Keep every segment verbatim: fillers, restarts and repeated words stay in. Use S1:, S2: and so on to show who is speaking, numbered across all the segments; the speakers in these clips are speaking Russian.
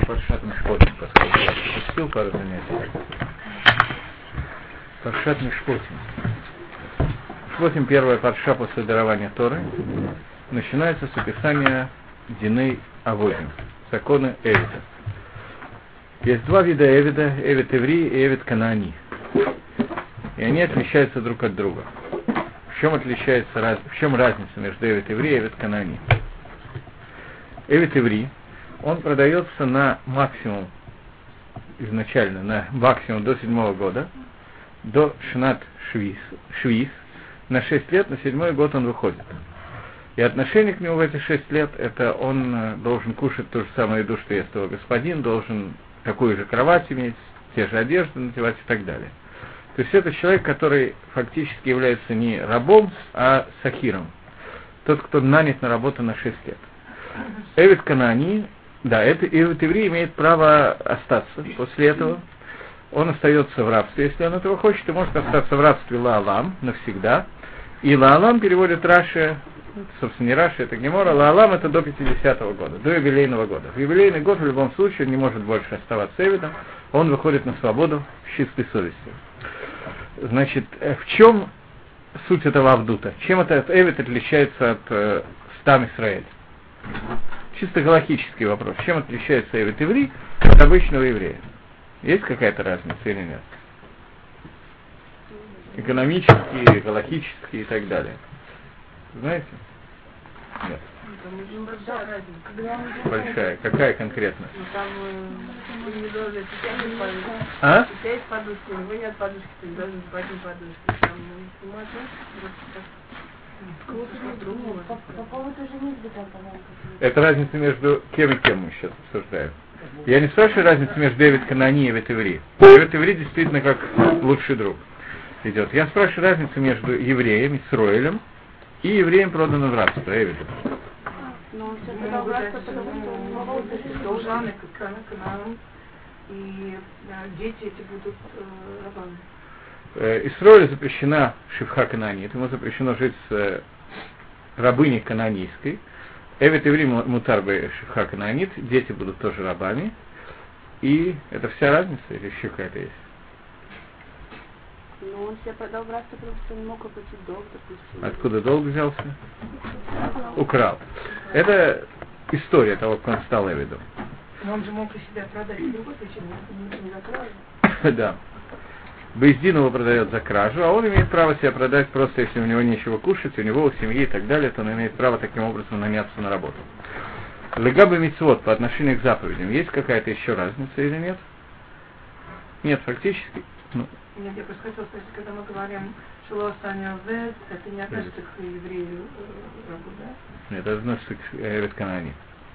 S1: Паршат Мишпотим, поскольку я пропустил пару занятий. Паршат Мишпотим. Мишпотим, первая парша после дарования Торы, начинается с описания Диней Аводим, законы Эвида. Есть два вида Эвида, Эвид Иври и Эвид Канаани. И они отличаются друг от друга. В чем отличается, в чем разница между Эвид Иври и Эвид Канаани? Эвид Иври, он продается на максимум, изначально на максимум до седьмого года, до Шнат Швиз, Швиз, на шесть лет, на седьмой год он выходит. И отношение к нему в эти шесть лет, это он должен кушать ту же самую еду, что ест его господин, должен такую же кровать иметь, те же одежды надевать и так далее. То есть это человек, который фактически является не рабом, а сахиром. Тот, кто нанят на работу на шесть лет. Эвид Канаани, да, это Эвид Иври имеет право остаться после этого. Он остается в рабстве, если он этого хочет, и может остаться в рабстве Лаалам навсегда. И Лаалам переводит Раши, собственно не Раши, это Гемора, Лаалам это до пятидесятого года, до юбилейного года. В юбилейный год в любом случае он не может больше оставаться Эвидом, он выходит на свободу с чистой совестью. Значит, в чем суть этого Авдута? Чем этот Эвид отличается от э, стам Исраэль? Чисто галахический вопрос. Чем отличается Эвид Иври от обычного еврея? Есть какая-то разница или нет? Экономические, галахические и так далее. Знаете? Нет. Большая. Какая конкретно? А? Это разница между кем и кем мы сейчас обсуждаем. Я не спрашиваю разницу между Эвид Канаани и Эвид Иври. Эвид Иври действительно как лучший друг идет. Я спрашиваю разницу между евреем, Исроэлем, и евреем, проданным в рабство, Эвидом.
S2: Ну, он сейчас продал в рабство, потому что у него должны и дети эти будут рабами.
S1: Исроэлю запрещена шивха канаанит, ему запрещено жить с рабыней кананийской. Эвид Иври мутар бе шивха канаанит, дети будут тоже рабами. И это вся разница, или еще какая-то есть?
S2: Ну, он себя продал в рабство, потому что не мог оплатить долг, допустим.
S1: Откуда долг взялся? Украл. Это история того, как он стал Эвидом.
S3: Но он же мог и себя продать в другой причине, не за кражу.
S1: Да. Бейздин его продает за кражу, а он имеет право себя продать просто, если у него нечего кушать, у него, у семьи и так далее, то он имеет право таким образом наняться на работу. Легаба мицвот по отношению к заповедям, есть какая-то еще разница или нет? Нет, фактически. Ну.
S3: Нет, я просто хотела сказать, когда мы говорим «Шело Саня Вед», это не относится к еврею рабу, да?
S1: Нет, это относится к Эвид Канаани.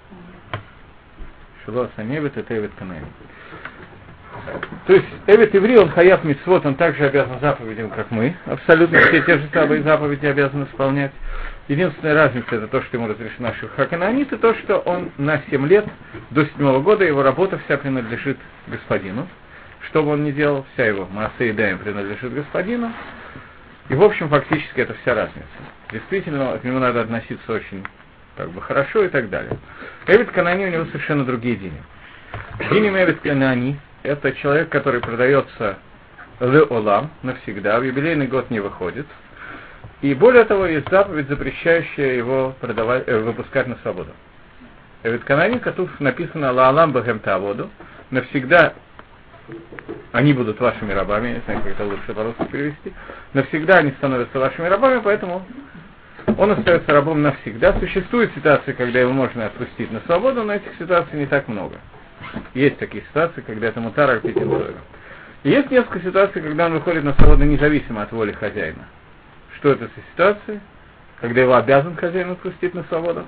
S1: Шело Саня Вед, это Эвид Канаани. То есть Эвид Иври, он хаяв мицвот, он также обязан заповедям, как мы. Абсолютно все те же самые заповеди обязан исполнять. Единственная разница это то, что ему разрешена шивха канаанит, и то, что он на семь лет, до седьмого года, его работа вся принадлежит господину. Что бы он ни делал, вся его масса и даем принадлежит господину. И в общем, фактически это вся разница. Действительно, к нему надо относиться очень как бы хорошо и так далее. Эвид Канаани у него совершенно другие дни. Диним Эвид Канаани это человек, который продается ле-олам навсегда, в юбилейный год не выходит. И более того, есть заповедь, запрещающая его продавать, э, выпускать на свободу. Эвид Канаани, тут написано «Ла-алам бэгэм тааводу», навсегда они будут вашими рабами, я не знаю, как это лучше по-русски перевести, навсегда они становятся вашими рабами, поэтому он остается рабом навсегда. Существуют ситуации, когда его можно отпустить на свободу, но этих ситуаций не так много. Есть такие ситуации, когда это мутар аль-пи тора. И есть несколько ситуаций, когда он выходит на свободу независимо от воли хозяина. Что это за ситуации? Когда его обязан хозяин отпустить на свободу?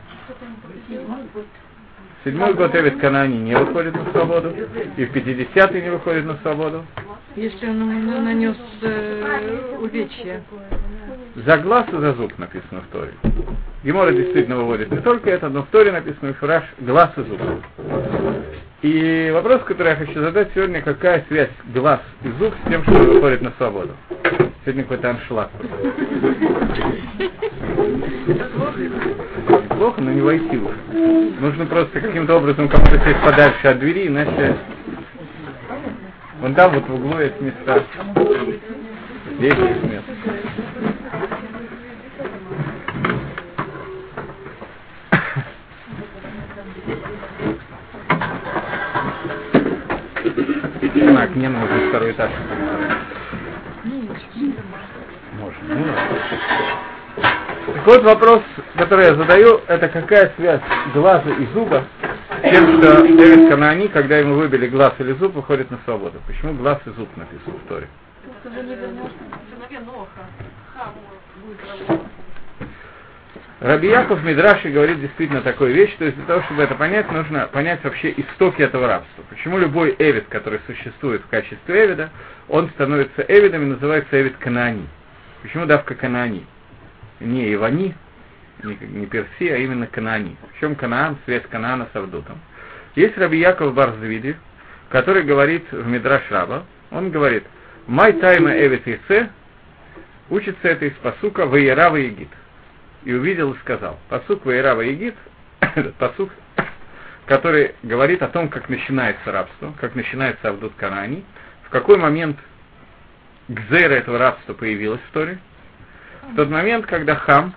S1: Седьмой год Эвид Канаани не выходит на свободу, и в пятидесятый не выходит на свободу.
S3: Если он нанес э, увечья.
S1: За глаз и за зуб написано в Торе. Гемора действительно выводит не только это, но в Торе написано фраж глаз и зуб. И вопрос, который я хочу задать сегодня, какая связь глаз и зуб с тем, что он выходит на свободу? Сегодня какой-то аншлаг. плохо, но не войти уже. Нужно просто каким-то образом кому-то сесть подальше от двери, иначе... Вон там вот в углу есть места. Здесь есть место. На окне нужно второй этаж. Можно. Ну, так вот вопрос, который я задаю, это какая связь глаза и зуба с тем, что Эвид Канаани, когда ему выбили глаз или зуб, выходит на свободу. Почему глаз и зуб написано в Торе? Раби Яков Мидраши говорит действительно такую вещь, то есть для того, чтобы это понять, нужно понять вообще истоки этого рабства. Почему любой эвид, который существует в качестве эвида, он становится эвидом и называется эвид Канаани. Почему давка Канаани? Не Ивани, не, не Перси, а именно Канаани. В чем Канаан, связь Канаана с Авдутом. Есть Раби Яков Бар-Звиди, который говорит в Мидраш Раба, он говорит, «Май тайма эвид яце», учится это из пасука «Ваера ваегит». И увидел и сказал. Пасук Ваера Егит, этот пасук, который говорит о том, как начинается рабство, как начинается Авдут Канаани, в какой момент гзейра этого рабства появилась в Торе. В тот момент, когда Хам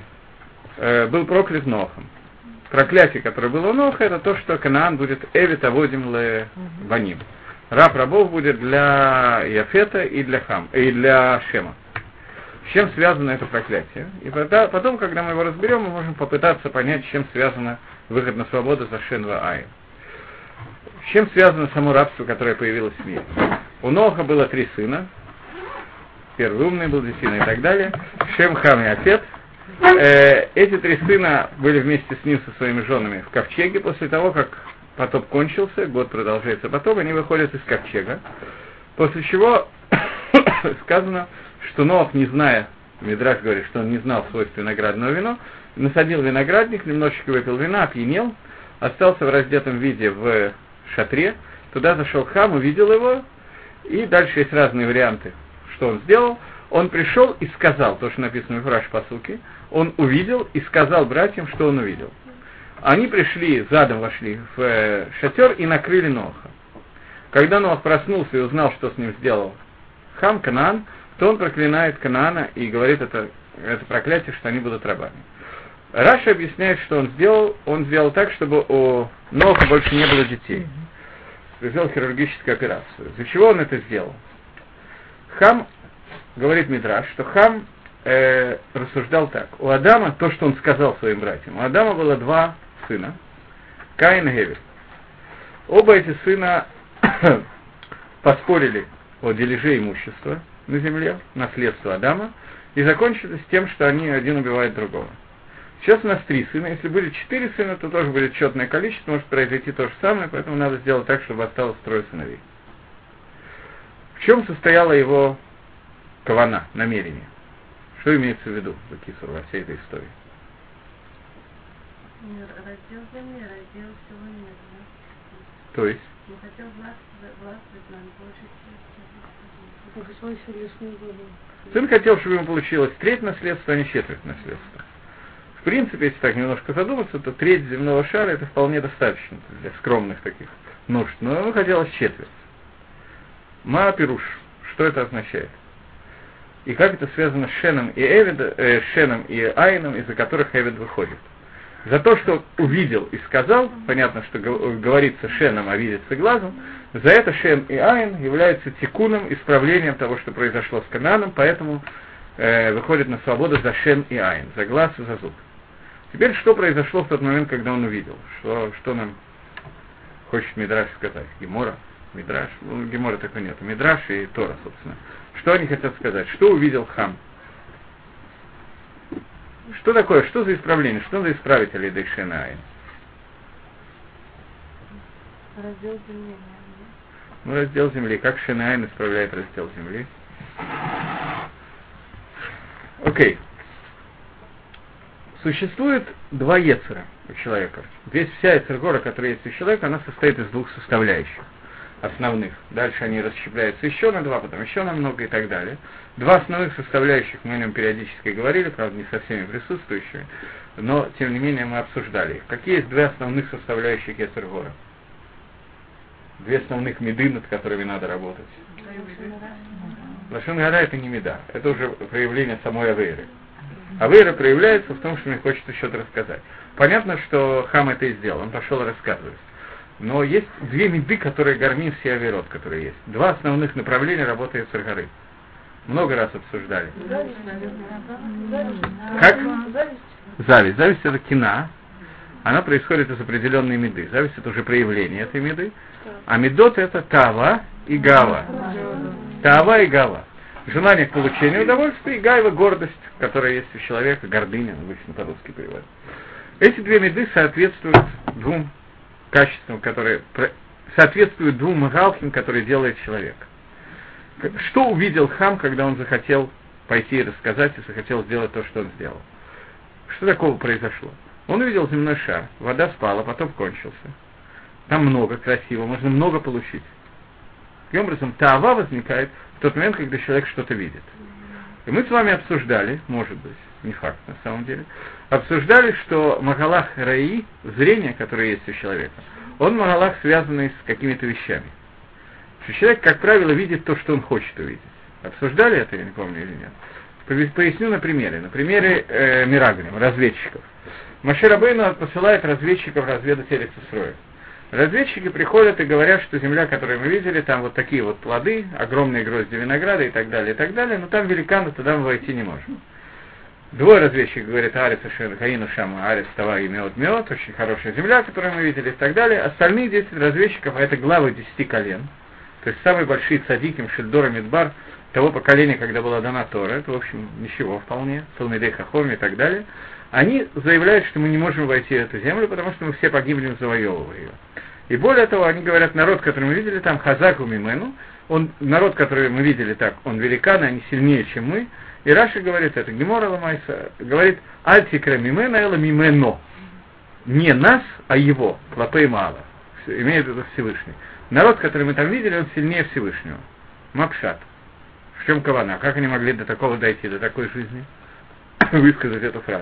S1: э, был проклят Нохом. Проклятие, которое было у Ноха, это то, что Канаан будет эвид аводим ле ваним. Раб рабов будет для Яфета и для Хам, и для Шема. С чем связано это проклятие? И потом, когда мы его разберем, мы можем попытаться понять, с чем связано выход на свободу за Шенва Ай. С чем связано само рабство, которое появилось в мире? У Ноха было три сына. Первый умный был, Десина и так далее. Шем, Хам и Афет. Э, эти три сына были вместе с ним, со своими женами, в ковчеге. После того, как потоп кончился, год продолжается потоп, они выходят из ковчега. После чего сказано, что Ноах, не зная, Мидраш говорит, что он не знал свойств виноградного вина, насадил виноградник, немножечко выпил вина, опьянел, остался в раздетом виде в шатре, туда зашел Хам, увидел его, и дальше есть разные варианты, что он сделал. Он пришел и сказал, то, что написано в Раш Пасуки, он увидел и сказал братьям, что он увидел. Они пришли, задом вошли в шатер и накрыли Ноаха. Когда Ноах проснулся и узнал, что с ним сделал Хам, Канаан, то он проклинает Канаана и говорит, это, это проклятие, что они будут рабами. Раша объясняет, что он сделал. Он сделал так, чтобы у Ноаха больше не было детей. Сделал хирургическую операцию. Из-за чего он это сделал? Хам, говорит Мидраш, что Хам э, рассуждал так. У Адама, то, что он сказал своим братьям, у Адама было два сына, Каин и Гевель. Оба эти сына поспорили о дележе имущества на земле, наследство Адама, и закончилось тем, что они один убивает другого. Сейчас у нас три сына, если будет четыре сына, то тоже будет четное количество, может произойти то же самое, поэтому надо сделать так, чтобы осталось трое сыновей. В чем состояла его кавана, намерение? Что имеется в виду, Бакисур, во всей этой истории?
S2: Раздел земли, раздел всего мира.
S1: То есть?
S2: Не хотел властвовать над большей.
S1: Сын хотел, чтобы ему получилось треть наследства, а не четверть наследства. В принципе, если так немножко задуматься, то треть земного шара это вполне достаточно для скромных таких нужд. Но ему хотелось четверть. Ма пируш. Что это означает? И как это связано с Шеном и Эвид, э, Шеном и Айном, из-за которых Эвид выходит? За то, что увидел и сказал, понятно, что говорится Шеном, а видится глазом, за это Шен и Айн являются тикуном, исправлением того, что произошло с Канааном, поэтому э, выходит на свободу за Шен и Айн, за глаз и за зуб. Теперь, что произошло в тот момент, когда он увидел? Что, что нам хочет Мидраш сказать? Гемора? Мидраш? Ну, Гемора такой нет. Мидраш и Тора, собственно. Что они хотят сказать? Что увидел Хам? Что такое? Что за исправление? Что за исправитель Эдей Шен и Айн?
S2: Раздел земли.
S1: Ну, раздел земли. Как Шен и Айн исправляет раздел земли? Окей. Okay. Существует два ецера у человека. Весь вся ецергора, которая есть у человека, она состоит из двух составляющих. основных. Дальше они расщепляются еще на два, потом еще на много и так далее. Два основных составляющих мы о нем периодически говорили, правда, не со всеми присутствующими, но, тем не менее, мы обсуждали их. Какие есть две основных составляющих Йецер Гора? Две основных меды, над которыми надо работать. Лашон гара — это не меда, это уже проявление самой авейры. Авейра проявляется в том, что мне хочется что-то рассказать. Понятно, что Хам это и сделал, он пошел рассказывать. Но есть две меды, которые гармин все авейрот, которые есть. Два основных направления работы Йецер горы. Много раз обсуждали. Как? Зависть. Зависть — это кина. Она происходит из определенной меды. Зависть — это уже проявление этой меды. А медот — это тава и гава. Тава и гава. Желание к получению удовольствия и гайва — гордость, которая есть у человека, гордыня, обычно по-русски переводят. Эти две меды соответствуют двум качествам, которые соответствуют двум магалхим, которые делает человек. Что увидел Хам, когда он захотел пойти и рассказать, и захотел сделать то, что он сделал? Что такого произошло? Он увидел земной шар, вода спала, потом кончился. Там много, красиво, можно много получить. Таким образом, таава возникает в тот момент, когда человек что-то видит. И мы с вами обсуждали, может быть, не факт на самом деле, обсуждали, что магалах раи, зрение, которое есть у человека, он магалах, связанный с какими-то вещами. Что человек, как правило, видит то, что он хочет увидеть. Обсуждали это, я не помню или нет. Поясню на примере. На примере э, Мирагнем, разведчиков. Моше Рабейну посылает разведчиков разведать Эрец Исроэль. Разведчики приходят и говорят, что земля, которую мы видели, там вот такие вот плоды, огромные грозди винограда и так далее, и так далее, но там великаны, туда мы войти не можем. Двое разведчиков говорят: Арец Хаину Шама, Арец Тава и Меот Меот, очень хорошая земля, которую мы видели и так далее. Остальные десять разведчиков, а это главы десяти колен, то есть самые большие цадиким, Шельдора, Мидбар, того поколения, когда была дана Тора, это, в общем, ничего вполне, Талмидей Хахом и так далее, они заявляют, что мы не можем войти в эту землю, потому что мы все погибнем, завоевывая ее. И более того, они говорят, народ, который мы видели там, Хазаку Мимену, он, народ, который мы видели так, он великаны, они сильнее, чем мы. И Раши говорит, это Гемора Ламайса, говорит, Альтикра Мимена Эла Мимено. Не нас, а его, Клапей Мала, имеет в виду Всевышний. Народ, который мы там видели, он сильнее Всевышнего. Мапшат. В чем кавана? Как они могли до такого дойти, до такой жизни? Высказать эту фразу.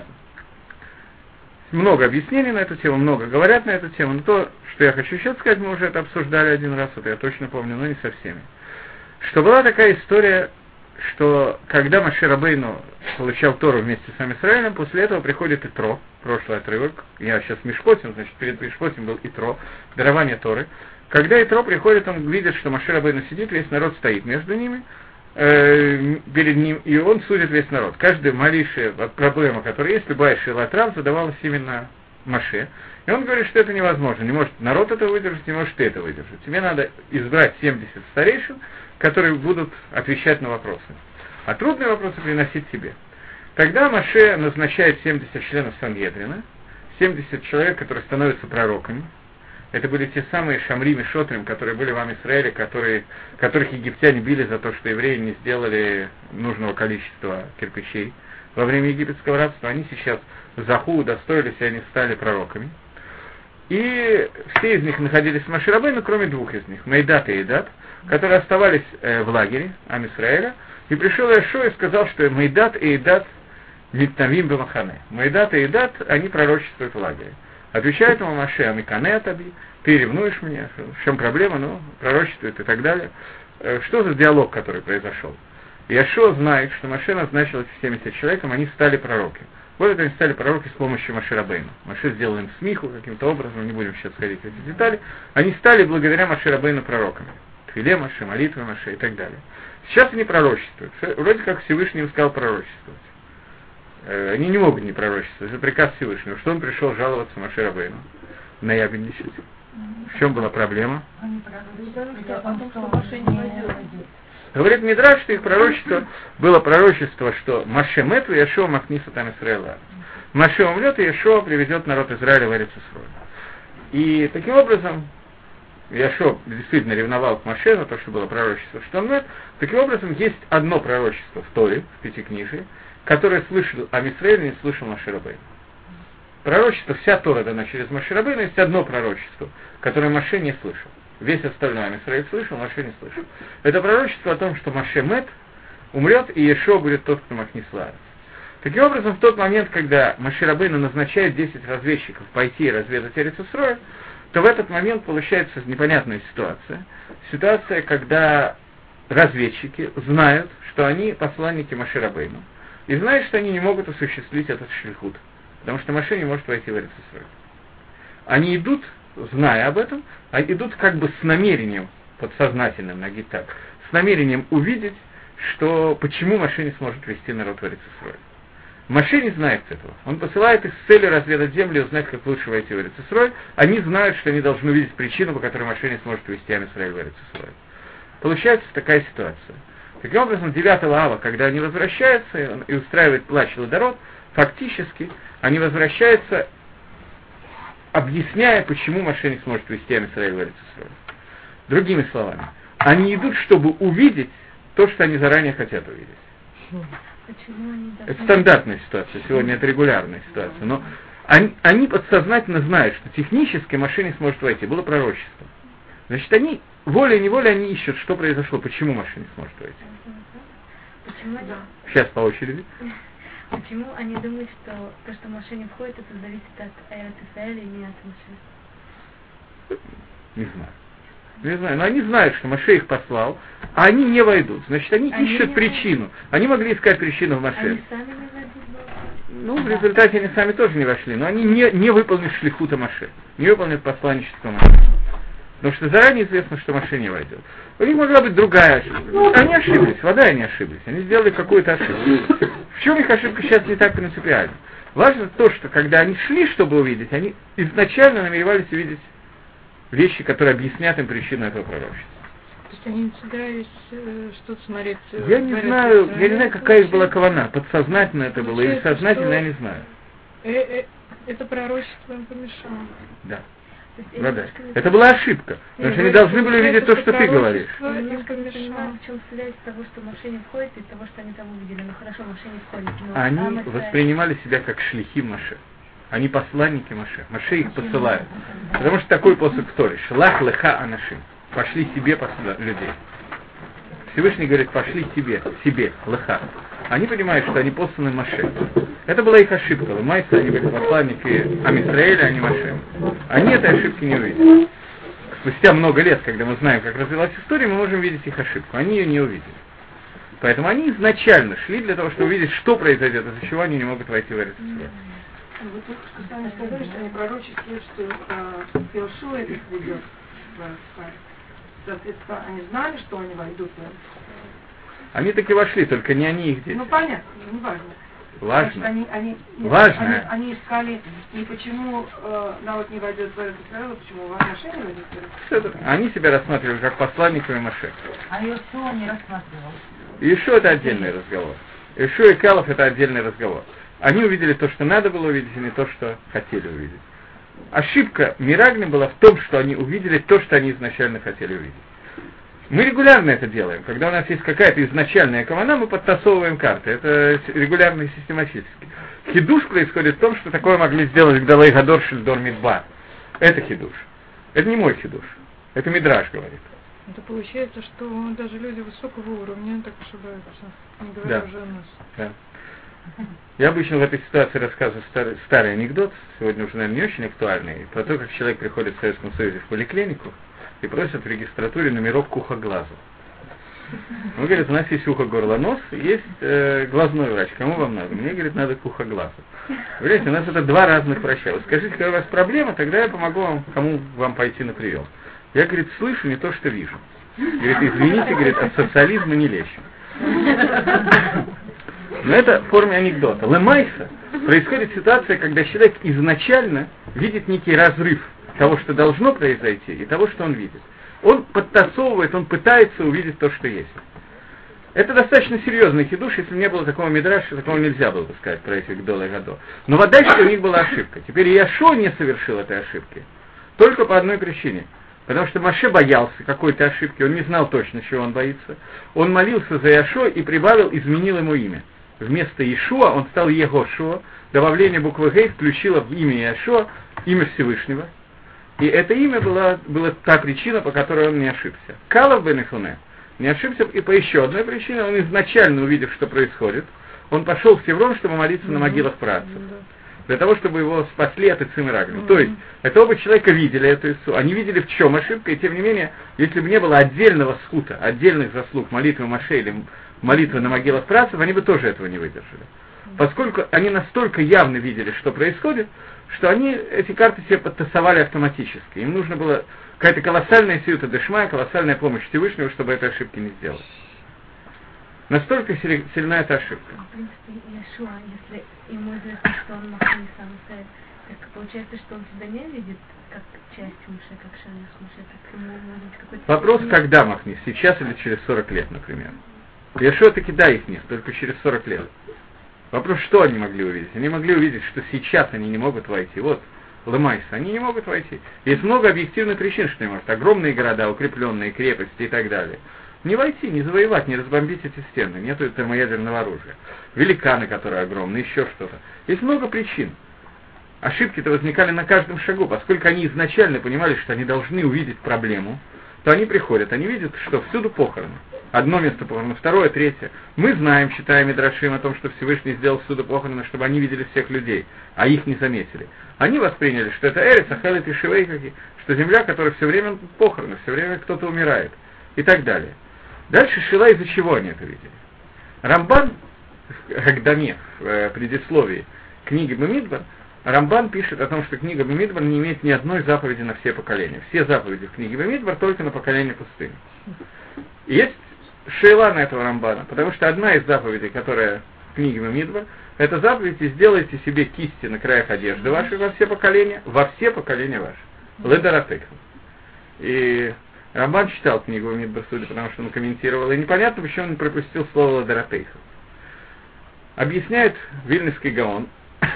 S1: Много объяснений на эту тему, много говорят на эту тему, но то, что я хочу еще сказать, мы уже это обсуждали один раз, это я точно помню, но не со всеми. Что была такая история, что когда Моше Рабейну получал Тору вместе с Ам-Исраэлем, после этого приходит Итро, прошлый отрывок, я сейчас Мишпотим, значит, перед Мишпотим был Итро, дарование Торы. Когда Итро приходит, он видит, что Моше Рабейну сидит, весь народ стоит между ними, перед ним, и он судит весь народ. Каждая малейшая проблема, которая есть, любая шилатрав, задавалась именно Моше. И он говорит, что это невозможно. Не может народ это выдержать, не может ты это выдержать. Тебе надо избрать семьдесят старейшин, которые будут отвечать на вопросы. А трудные вопросы приносить себе. Тогда Моше назначает семьдесят членов Сангедрина, семьдесят человек, которые становятся пророками. Это были те самые Шамрим и Шотрим, которые были в Ам-Исраэле, которые, которых египтяне били за то, что евреи не сделали нужного количества кирпичей во время египетского рабства. Они сейчас заху удостоились, и они стали пророками. И все из них находились в Моше Рабейну, кроме двух из них, Мейдат и Эйдат, которые оставались э, в лагере Ам-Исраэля. И пришел Яшо и сказал, что Мейдат и Эйдат Митнавим Бамахане. Мейдат и Эйдат, они пророчествуют в лагере. Отвечает ему Моше: Амикане таби, ты ревнуешь меня, в чем проблема, ну, пророчествует и так далее. Что за диалог, который произошел? Яшо знает, что Моше назначил эти семьдесят человеком, они стали пророки. Более того, они стали пророки с помощью Моше Рабейну. Моше сделал им смиху каким-то образом, не будем сейчас ходить в эти детали. Они стали благодаря Моше Рабейну пророками. Тфиле Моше, молитвы Моше и так далее. Сейчас они пророчествуют. Вроде как Всевышний им сказал пророчествовать. Они не могут не пророчествовать, это приказ Всевышнего. Что он пришел жаловаться Моше Рабейну? Наябедничать. В чем была проблема? Говорит Мидраш, что их пророчество было пророчество, что Моше мет, и Яшуа махниса там Исраэля. Моше умрет, и Яшуа приведет народ Израиля в Эрец Исроэль. И таким образом Яшуа действительно ревновал к Моше за то, что было пророчество, что он мет. Таким образом, есть одно пророчество в Торе, в Пятикнижии, которое слышал Ам-Исраэль, не слышал Моше Рабейну. Пророчество, вся Тора дана через Моше Рабейну, есть одно пророчество, которое Моше не слышал. Весь остальной Ам-Исраэль слышал, Маше не слышал. Это пророчество о том, что Маше Мет умрет, и Иешуа будет тот, кто Махнис Лаарец. Таким образом, в тот момент, когда Моше Рабейну назначает десять разведчиков пойти и разведать Эрец Исроэль, то в этот момент получается непонятная ситуация. Ситуация, когда разведчики знают, что они посланники Моше Рабейну, и знают, что они не могут осуществить этот шлихут, потому что Моше не может войти в Эрец Исроэль. Они идут, зная об этом, а идут как бы с намерением, подсознательным, нагид так, с намерением увидеть, что почему Моше не сможет вести народ в Эрец Исроэль. Моше не знает этого. Он посылает их с целью разведать землю и узнать, как лучше войти в Эрец Исроэль. Они знают, что они должны увидеть причину, по которой Моше не сможет вести Ам-Исраэль в Эрец Исроэль. Получается такая ситуация. Таким образом, девятого ава, когда они возвращаются и устраивают плач Ладород, фактически они возвращаются, объясняя, почему Моше не сможет вести Ам-Исраэль в Эрец Исроэль. Другими словами, они идут, чтобы увидеть то, что они заранее хотят увидеть. Это стандартная ситуация, сегодня это регулярная ситуация, но они, они подсознательно знают, что технически Моше не сможет войти, было пророчество. Значит, они, волей-неволей, они ищут, что произошло, почему Моше не сможет войти.
S4: Почему?
S1: Сейчас по очереди.
S4: Почему они думают, что то, что Моше не входит, это зависит от Эрец Исраэля и не от Моше?
S1: Не знаю. Не знаю, но они знают, что Моше их послал, а они не войдут. Значит, они, они ищут причину. Войдут. Они могли искать причину в Моше.
S4: Они сами не войдут?
S1: Ну, в результате они сами тоже не вошли, но они не, не выполнили шлихута Моше, не выполнили посланничество Моше. Потому что заранее известно, что Моше не войдет. У них могла быть другая ошибка. Они ошиблись, вода они ошиблись. Они сделали какую-то ошибку. В чем их ошибка сейчас не так принципиально? Важно то, что когда они шли, чтобы увидеть, они изначально намеревались увидеть вещи, которые объяснят им причину этого пророчества.
S3: То есть они не собирались э, что-то смотреть? Э,
S1: я не знаю, я не знаю, какая их была кавана, подсознательно это было или сознательно, я не знаю.
S3: Э, э, это пророчество им помешало.
S1: Да. Да, да. Это была ошибка, потому что они должны были увидеть то, что ты говоришь.
S4: Я не понимаю, в чем связь того, что Моше не входит, и того, что они там увидели. Ну хорошо, Моше не входит. Но
S1: они
S4: Ам
S1: воспринимали себя как шлихи Моше. Они посланники Моше. Моше их посылает. Потому что такой посыл в Торе. Шлах леха анашим. Пошли себе посла людей. Всевышний говорит, пошли себе, себе, леха. Они понимают, что они посланы Моше. Это была их ошибка. Лемайса, они были посланники Ам-Исраэля, а не Моше. Они этой ошибки не увидели. Спустя много лет, когда мы знаем, как развилась история, мы можем видеть их ошибку. Они ее не увидели. Поэтому они изначально шли для того, чтобы увидеть, что произойдет, из-за чего они не могут войти в Эрец Исраэль.
S3: Вы только что сами сказали, что они пророческие, что э, Иошуа их ведет в Эрец. Соответственно, они знали, что они войдут в Эрец.
S1: Они таки вошли, только не они их дети.
S3: Ну понятно, не важно.
S1: Важно.
S3: Они, они,
S1: Важно.
S3: Они, они искали, и почему э, народ не войдет в Эрец Исраэль, почему Моше не войдет в Эрец Исраэль.
S1: Они себя рассматривали как посланниками Моше.
S2: А Иошуа не рассматривал.
S1: Иешуа это отдельный разговор. Иешуа и Калов это отдельный разговор. Они увидели то, что надо было увидеть, а не то, что хотели увидеть. Ошибка Мирагли была в том, что они увидели то, что они изначально хотели увидеть. Мы регулярно это делаем. Когда у нас есть какая-то изначальная кавана, мы подтасовываем карты. Это регулярно и систематически. Хидуш происходит в том, что такое могли сделать Гдалей Гадор Шельдор Мидбар. Это хидуш. Это не мой хидуш. Это Мидраш говорит.
S3: Это получается, что даже люди высокого уровня так ошибаются. Не говоря
S1: да.
S3: уже о нас.
S1: Да. Я обычно в этой ситуации рассказываю старый, старый анекдот, сегодня уже, наверное, не очень актуальный, про то, как человек приходит в Советском Союзе в поликлинику и просит в регистратуре номерок к ухоглазу. Он говорит, у нас есть ухо, горло, нос, есть э, глазной врач, кому вам надо? Мне, говорит, надо к ухоглазу. Вы говорите, у нас это два разных врача. Вы скажите, какая у вас проблема, тогда я помогу вам, кому вам пойти на прием. Я, говорит, слышу не то, что вижу. Говорит, извините, говорит, от социализма не лечим. Но это в форме анекдота. Лемайса происходит ситуация, когда человек изначально видит некий разрыв того, что должно произойти, и того, что он видит. Он подтасовывает, он пытается увидеть то, что есть. Это достаточно серьезный хидуш, если не было такого мидраша, такого нельзя было бы сказать про этих Гдол и Гадо. Но вот дальше у них была ошибка. Теперь Иошуа не совершил этой ошибки. Только по одной причине. Потому что Моше боялся какой-то ошибки, он не знал точно, чего он боится. Он молился за Иошуа и прибавил, изменил ему имя. Вместо Иешуа он стал Егошуа. Добавление буквы Гей включило в имя Иошуа имя Всевышнего. И это имя была, была та причина, по которой он не ошибся. Калав бен Ифуне не ошибся и по еще одной причине. Он изначально, увидев, что происходит, он пошел в Хеврон, чтобы молиться на могилах праотцов. Для того, чтобы его спасли от Ицим и Рагли. То есть, это оба человека видели эту Ицу. Они видели, в чем ошибка, и тем не менее, если бы не было отдельного скута, отдельных заслуг молитвы Моше или молитвы на могилах праотцов, они бы тоже этого не выдержали. Поскольку они настолько явно видели, что происходит, что они эти карты себе подтасовали автоматически. Им нужно было какая-то колоссальная сиюта дешмая, колоссальная помощь Всевышнего, чтобы этой ошибки не сделать. Настолько сильна эта ошибка.
S4: В принципе, Иешуа, если ему известно, что он Махни сам Исраэль, так получается, что он себя не видит как часть Муше, как шалях Муше, так ему может быть какой-то...
S1: Вопрос, когда Махни, сейчас или через сорок лет, например. Иешуа таки да, их нет, только через сорок лет. Вопрос, что они могли увидеть? Они могли увидеть, что сейчас они не могут войти. Вот, Лемайса, они не могут войти. Есть много объективных причин, что не могут. Огромные города, укрепленные крепости и так далее. Не войти, не завоевать, не разбомбить эти стены. Нету термоядерного оружия. Великаны, которые огромные, еще что-то. Есть много причин. Ошибки-то возникали на каждом шагу. Поскольку они изначально понимали, что они должны увидеть проблему, то они приходят, они видят, что всюду похороны. Одно место похороны, второе, третье. Мы знаем, читаем Мидрашим о том, что Всевышний сделал всюду похороны, чтобы они видели всех людей, а их не заметили. Они восприняли, что это Эрец, Ахелет и Шивейкаки, что земля, которая все время похороны, все время кто-то умирает, и так далее. Дальше Шила, из-за чего они это видели. Рамбан в Гагдаме, в предисловии книги Бамидбар, Рамбан пишет о том, что книга Бамидбар не имеет ни одной заповеди на все поколения. Все заповеди в книге Бамидбар только на поколение пустыни. И есть шейла на этого Рамбана, потому что одна из заповедей, которая в книге Бамидбар, это заповедь: сделайте себе кисти на краях одежды вашей во все поколения, во все поколения ваши. Ледаратек. И Рамбан читал книгу Бамидбар, судя по тому, что он комментировал, и непонятно, почему он пропустил слово Ледаратек. Объясняет Вильнюсский Гаон.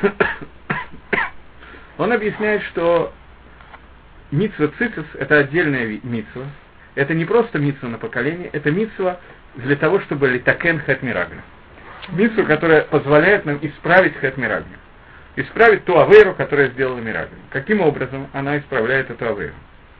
S1: Он объясняет, что мицва цицис – это отдельная мицва. Это не просто мицва на поколение, это мицва для того, чтобы литакен хэт мирагля. Мицва, которая позволяет нам исправить хэт мирагля. Исправить ту авейру, которая сделала мирагля. Каким образом она исправляет эту авейру?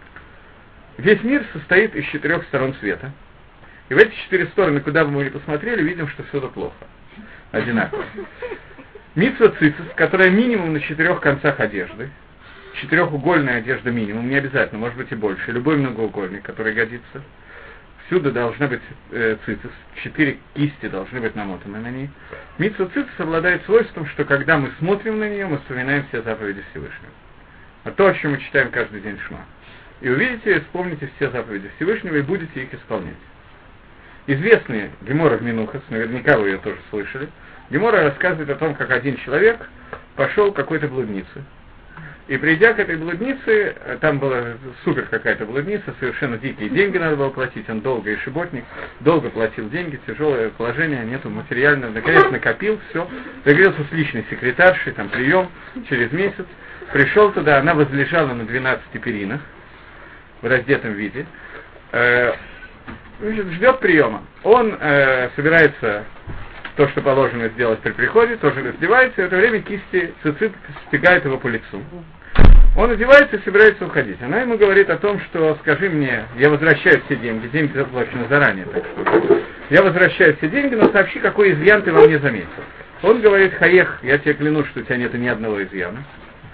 S1: Весь мир состоит из четырех сторон света. И в эти четыре стороны, куда бы мы ни посмотрели, видим, что все это плохо. Одинаково. Мицва цицис, которая минимум на четырех концах одежды. Четырехугольная одежда минимум, не обязательно, может быть и больше. Любой многоугольник, который годится. Всюду должна быть э, цицис. Четыре кисти должны быть намотаны на ней. Мицва цицис обладает свойством, что когда мы смотрим на нее, мы вспоминаем все заповеди Всевышнего. А то, о чем мы читаем каждый день Шма. И увидите, вспомните все заповеди Всевышнего и будете их исполнять. Известные Гемора в Минухас, наверняка вы ее тоже слышали. Гемора рассказывает о том, как один человек пошел к какой-то блуднице. И придя к этой блуднице, там была супер какая-то блудница, совершенно дикие деньги надо было платить, он долго и шиботник, долго платил деньги, тяжелое положение, нету материального, наконец накопил, все, договорился с личной секретаршей, там прием через месяц, пришел туда, она возлежала на двенадцати перинах, в раздетом виде, э, ждет приема, он э, собирается то, что положено сделать при приходе, тоже раздевается, и в это время кисти цицит стегают его по лицу. Он одевается и собирается уходить. Она ему говорит о том, что скажи мне, я возвращаю все деньги, деньги заплачены заранее, так что я возвращаю все деньги, но сообщи, какой изъян ты во мне заметил. Он говорит: хаех, я тебе клянусь, что у тебя нет ни одного изъяна.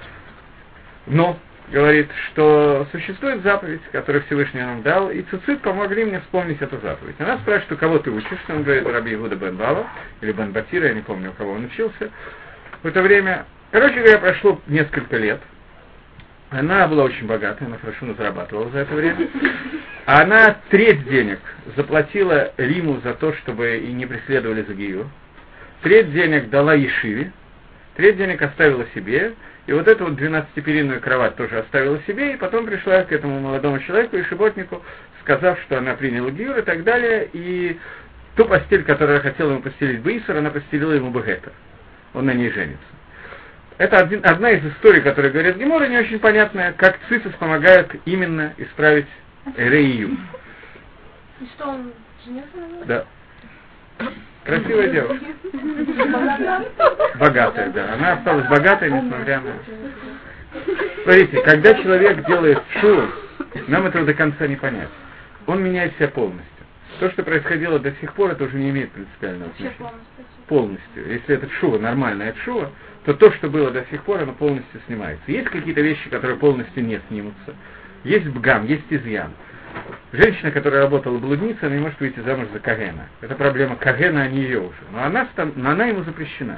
S1: Но говорит, что существует заповедь, которую Всевышний нам дал, и цицит помогли мне вспомнить эту заповедь. Она спрашивает, у кого ты учишься, он говорит: Раби Иуда бен Бава, или бен Батира, я не помню, у кого он учился. В это время, короче говоря, прошло несколько лет. Она была очень богатая, она хорошо зарабатывала за это время. А она треть денег заплатила Риму за то, чтобы и не преследовали за гиюр. Треть денег дала Ешиве, треть денег оставила себе. И вот эту вот двенадцатиперинную кровать тоже оставила себе, и потом пришла к этому молодому человеку и шиботнику, сказав, что она приняла гиюр и так далее, и ту постель, которую хотела ему постелить Бейсер, она постелила ему Бегетер. Он на ней женится. Это один, одна из историй, которые говорят Гемора, не очень понятная, как цицис помогает именно исправить Реию.
S2: И что, он женился на ней?
S1: Да. Красивая девушка. Богатая, да. Она осталась богатой, несмотря на... Смотрите, когда человек делает шоу, нам этого до конца не понять. Он меняет себя полностью. То, что происходило до сих пор, это уже не имеет принципиального значения. Полностью. Если это шува, нормальная шува, то то, что было до сих пор, оно полностью снимается. Есть какие-то вещи, которые полностью не снимутся. Есть бгам, есть изъян. Женщина, которая работала блудницей, она не может выйти замуж за Кагена. Это проблема Кагена, а не ее уже. Но она, но она ему запрещена.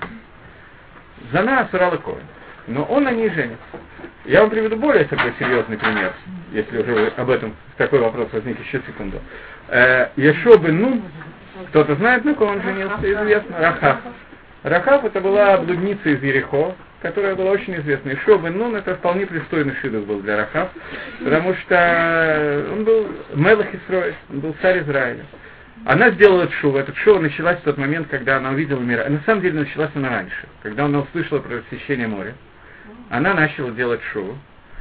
S1: Зана Асурала Коэн. Но он на ней женится. Я вам приведу более такой серьезный пример, если уже об этом такой вопрос возник, еще секунду. Э, Ешуа бен Нун, кто-то знает, на ком он женился, известно, Рахав. Рахав это была блудница из Ерехо, которая была очень известна. Ешуа бен Нун это вполне пристойный шидух был для Рахав, потому что он был Мелах Исроэль, он был царь Израиля. Она сделала тшуву. Эта тшува началась в тот момент, когда она увидела мир. На самом деле началась она раньше, когда она услышала про рассечение моря. Она начала делать шоу.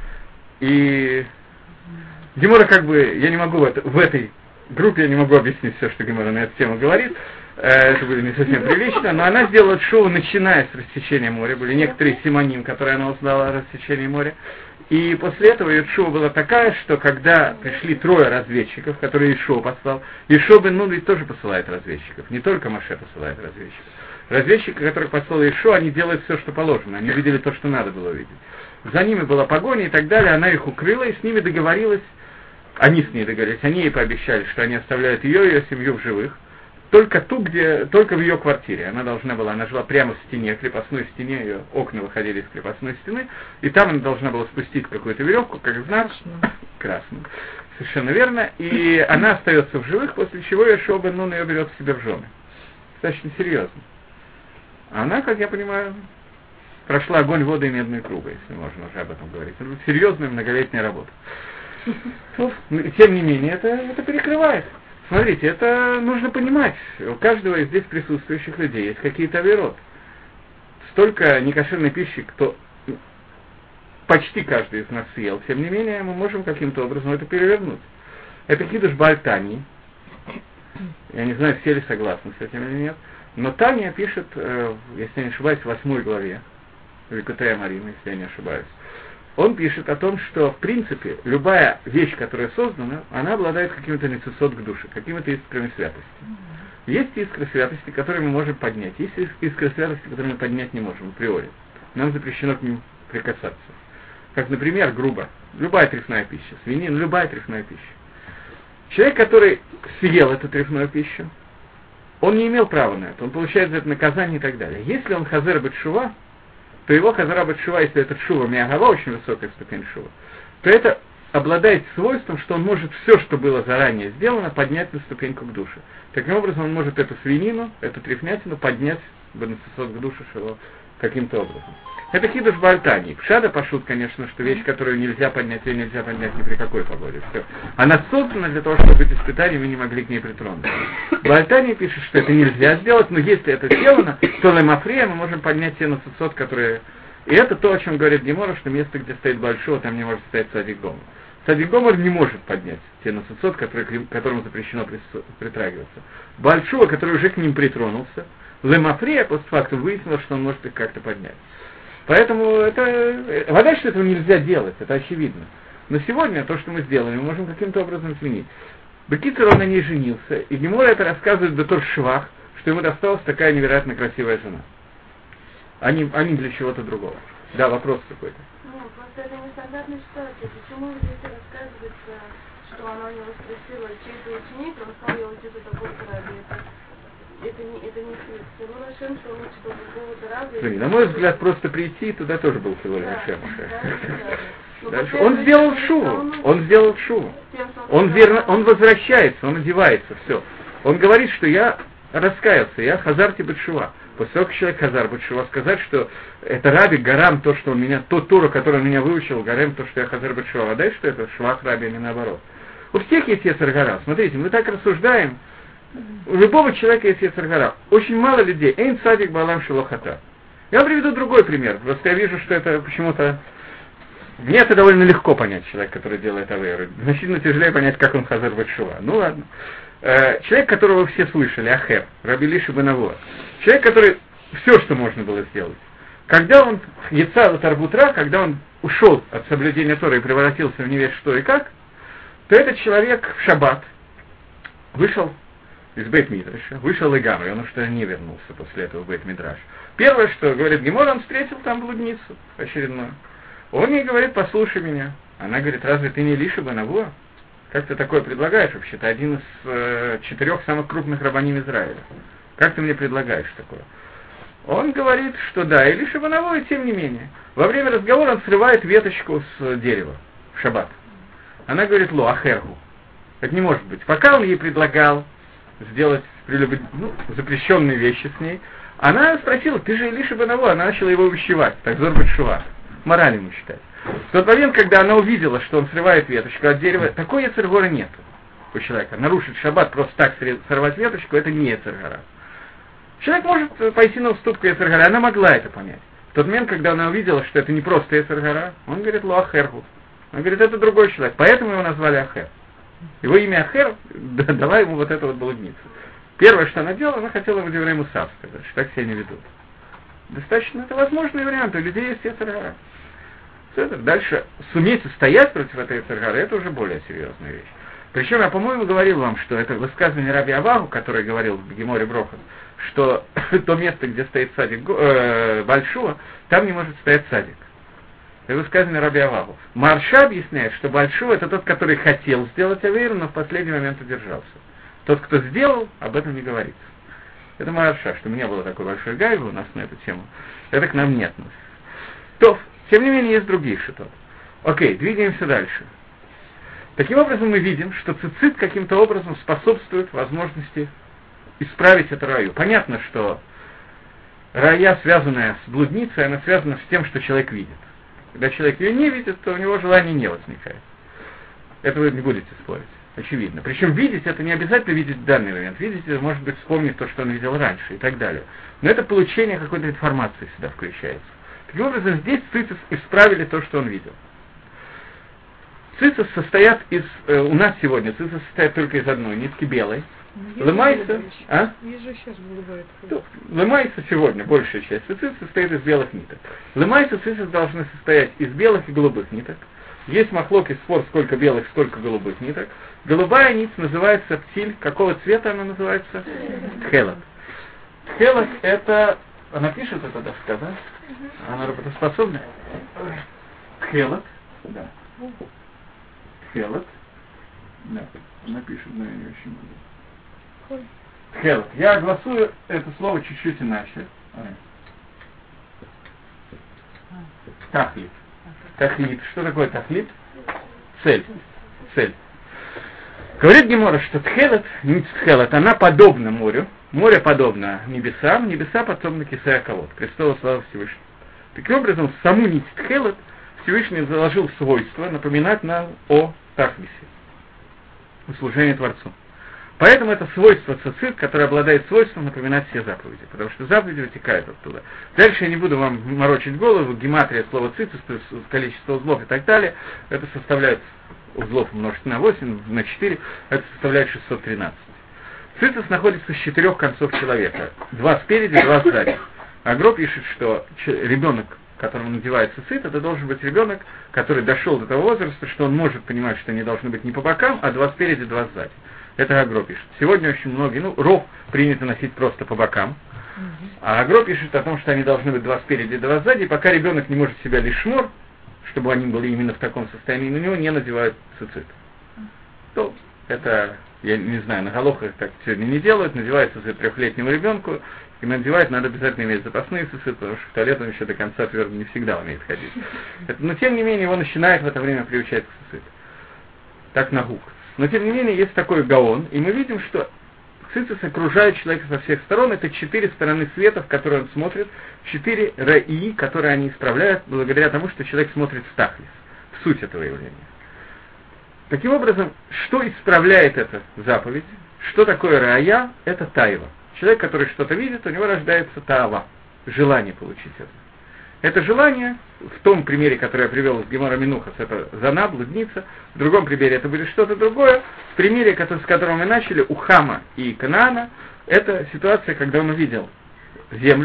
S1: И Гемора как бы, я не могу в, это, в этой группе, я не могу объяснить все, что Гемора на эту тему говорит, это будет не совсем прилично, но она сделала шоу, начиная с рассечения моря. Были некоторые симоним, которые она узнала о рассечении моря. И после этого ее шоу была такая, что когда пришли трое разведчиков, которые Ишо послал, Ишо бен Нун ведь тоже посылает разведчиков, не только Моше посылает разведчиков. Разведчики, которых послал Ишо, они делают все, что положено. Они видели то, что надо было видеть. За ними была погоня и так далее. Она их укрыла и с ними договорилась. Они с ней договорились. Они ей пообещали, что они оставляют ее и ее семью в живых. Только ту, где, только в ее квартире. Она должна была, она жила прямо в стене, в крепостной стене, ее окна выходили из крепостной стены. И там она должна была спустить какую-то веревку, как знак, красную. Совершенно верно. И она остается в живых, после чего Ешуа бен Нун ее берет к себе в жены. Достаточно серьезно. Она, как я понимаю, прошла огонь, воду и медную кругу, если можно уже об этом говорить. Это серьезная многолетняя работа. Тем не менее, это, это перекрывает. Смотрите, это нужно понимать. У каждого из здесь присутствующих людей есть какие-то авирот. Столько некошерной пищи, кто почти каждый из нас съел. Тем не менее, мы можем каким-то образом это перевернуть. Это хидуш Бааль Тани. Я не знаю, все ли согласны с этим или нет. Но Таня пишет, э, если я не ошибаюсь, в восьмой главе, Ликутей Амарим, если я не ошибаюсь, он пишет о том, что, в принципе, любая вещь, которая создана, она обладает каким-то нецесот к душе, какими-то искрами святости. Есть искры святости, которые мы можем поднять, есть искры святости, которые мы поднять не можем априори. Нам запрещено к ним прикасаться. Как, например, грубо, любая трефная пища, свинина, любая трефная пища. Человек, который съел эту трефную пищу, он не имел права на это, он получает за это наказание и так далее. Если он хазер бет-шува, то его хазара бет-шува, если это шува миагава, очень высокая ступень шува, то это обладает свойством, что он может все, что было заранее сделано, поднять на ступеньку к душе. Таким образом, он может эту свинину, эту трефнятину поднять на к душе шива каким-то образом. Это хидуш Бааль Тани. Пшада пашут, конечно, что вещь, которую нельзя поднять, ее нельзя поднять ни при какой погоде. Все. Она создана для того, чтобы быть испытанием, мы не могли к ней притронуться. Бааль Тани пишет, что это нельзя сделать, но если это сделано, то лемафрея мы можем поднять те нацицот, которые... И это то, о чем говорит Гемора, что место, где стоит большого, там не может стоять Цадик Гомор. Цадик Гомор не может поднять те нацицот, которые, к которым запрещено притрагиваться. Большого, который уже к ним притронулся, лемафрея постфактум выяснила, что он может их как-то поднять. Поэтому это... Вода, что этого нельзя делать, это очевидно. Но сегодня то, что мы сделали, мы можем каким-то образом изменить. Бекицер, он на ней женился, и Гемора это рассказывает до тот швах, что ему досталась такая невероятно красивая жена. А не, а не для чего-то другого. Да, вопрос какой-то.
S2: Ну, просто это нестандартная ситуация. Почему здесь рассказывается, что она у него спросила, чей ты ученик, он сказал, я учусь у такого-то раби. Это не, это не следствие. Ну, Рашем, что он учит у какого-то раби.
S1: На мой взгляд, просто прийти туда тоже был Хилуль Рашем. Он сделал шуву, он сделал шуву. Он, верно, он возвращается, он одевается, все. Он говорит, что я раскаялся, я хазарти бет-шува. После того, как человек хазар бет-шува, сказать, что это раби гарам, то, что он меня, то Тора, который он меня выучил, гарам, то, что я хазар бет-шува. А дальше, что это швах раби, а не наоборот. У всех есть ецер гара. Смотрите, мы так рассуждаем. У любого человека есть ецер гара. Очень мало людей. Эйн цадик балам шелохата. Я вам приведу другой пример. Просто я вижу, что это почему-то... Мне это довольно легко понять, человек, который делает авейру. Значительно тяжелее понять, как он хазар бет-шува. Ну ладно. Э, человек, которого все слышали, Ахер, Раби Лиши бен Авуа. Человек, который все, что можно было сделать. когда он, Яцал Тарбутра, когда он ушел от соблюдения Торы и превратился в невесть что и как, то этот человек в шаббат вышел из Бейт-Мидраша, вышел Игаму, и он уже не вернулся после этого в Бейт-Мидраш. Первое, что говорит Гемор, он встретил там блудницу очередную. Он ей говорит: послушай меня. Она говорит: разве ты не Элиша бен Авуа? Как ты такое предлагаешь вообще-то? Один из э, четырех самых крупных рабаним Израиля. Как ты мне предлагаешь такое? Он говорит, что да, Элиша бен Авуа, и тем не менее. Во время разговора он срывает веточку с дерева в шаббат. Она говорит: ло, ахергу. Это не может быть. Пока он ей предлагал сделать ну, запрещенные вещи с ней, она спросила: ты же Элиша бен Авуа? Она начала его увещевать, так зор бет-шува, мораль ему считать. В тот момент, когда она увидела, что он срывает веточку от дерева, такой яцер гора нет у человека. Нарушить шаббат, просто так сорвать веточку, это не яцер гора. Человек может пойти на уступку яцер гора, она могла это понять. В тот момент, когда она увидела, что это не просто яцер гора, он говорит: ло ахергу. Он говорит: это другой человек, поэтому его назвали Ахер. Его имя Ахер дала ему вот эта вот блудница. Первое, что она делала, она хотела ему Деврей Мусав сказать, что так себя не ведут. Достаточно, это возможный вариант, у людей есть яцер гора. Дальше суметь устоять против этой яцер горы, это уже более серьезная вещь. Причем я, по-моему, говорил вам, что это высказывание Раби Авагу, который говорил в Геморе Брохот, что то место, где стоит садик э, Большого, там не может стоять садик. Это высказывание Раби Авагу. Марша объясняет, что Большого это тот, который хотел сделать авейру, но в последний момент удержался. Тот, кто сделал, об этом не говорится. Это Марша, что не было такой большой гайвы у нас на эту тему. Это к нам не относится. То, тем не менее, есть другие шитот. Окей, двигаемся дальше. Таким образом, мы видим, что цицит каким-то образом способствует возможности исправить эту раю. Понятно, что рая, связанная с блудницей, она связана с тем, что человек видит. Когда человек ее не видит, то у него желания не возникает. Это вы не будете спорить, очевидно. Причем видеть, это не обязательно видеть в данный момент. Видеть, это может быть вспомнить то, что он видел раньше и так далее. Но это получение какой-то информации сюда включается. Таким образом, здесь цицис исправили то, что он видел. Цицис состоят из... Э, у нас сегодня цицис состоит только из одной нитки белой. Лемайса... А? Лемайса сегодня, большая часть цицис состоит из белых ниток. Лемайса цицис должны состоять из белых и голубых ниток. Есть махлок и спор, сколько белых, сколько голубых ниток. Голубая нить называется птиль. Какого цвета она называется? Тхелот. Тхелот это... Она пишет эта доска, да? Она работоспособна? Тхелот. Да. Тхелот. Да. Она пишет, но я не очень могу. Тхелот. Я огласую это слово чуть-чуть иначе. Тахлит. Тахлит. Что такое тахлит? Цель. Цель. Говорит Гемора, что тхелот, нить тхелот, она подобна морю. Море подобно небесам, небеса подобны кисая колод, престолу славы Всевышнего. Таким образом, саму нить тхелот Всевышний заложил свойство напоминать нам о тахлисе, о служении Творцу. Поэтому это свойство цицит, которое обладает свойством напоминать все заповеди, потому что заповеди вытекают оттуда. Дальше я не буду вам морочить голову, гематрия слова цицис, то есть количество узлов и так далее, это составляет, узлов умножить на восемь, на четыре, это составляет шестьсот тринадцать. Цицис находится с четырех концов человека, два спереди, два сзади. Агро пишет, что ребенок, которому надевает цицит, это должен быть ребенок, который дошел до того возраста, что он может понимать, что они должны быть не по бокам, а два спереди, два сзади. Это Агро пишет. Сегодня очень многие, ну, ров принято носить просто по бокам, а Агро пишет о том, что они должны быть два спереди, два сзади, и пока ребенок не может себя лишмор, чтобы они были именно в таком состоянии, на него не надевают цицит. То это, я не знаю, на галохах так сегодня не делают, надевается цицит трехлетнему ребенку, и надевать надо обязательно иметь запасные цицит, потому что в туалет он еще до конца твердо не всегда умеет ходить. Но тем не менее его начинает в это время приучать к цицит. Так нагук. Но тем не менее есть такой гаон, и мы видим, что цицис окружает человека со всех сторон. Это четыре стороны света, в которые он смотрит, четыре раи, которые они исправляют благодаря тому, что человек смотрит в тахлис, в суть этого явления. Таким образом, что исправляет эта заповедь? Что такое рая? Это тайва. Человек, который что-то видит, у него рождается таава, желание получить это. Это желание, в том примере, который я привел из Гемора Минухас, это зана, блудница. В другом примере это будет что-то другое. В примере, с которого мы начали, у Хама и Канаана, это ситуация, когда он увидел землю,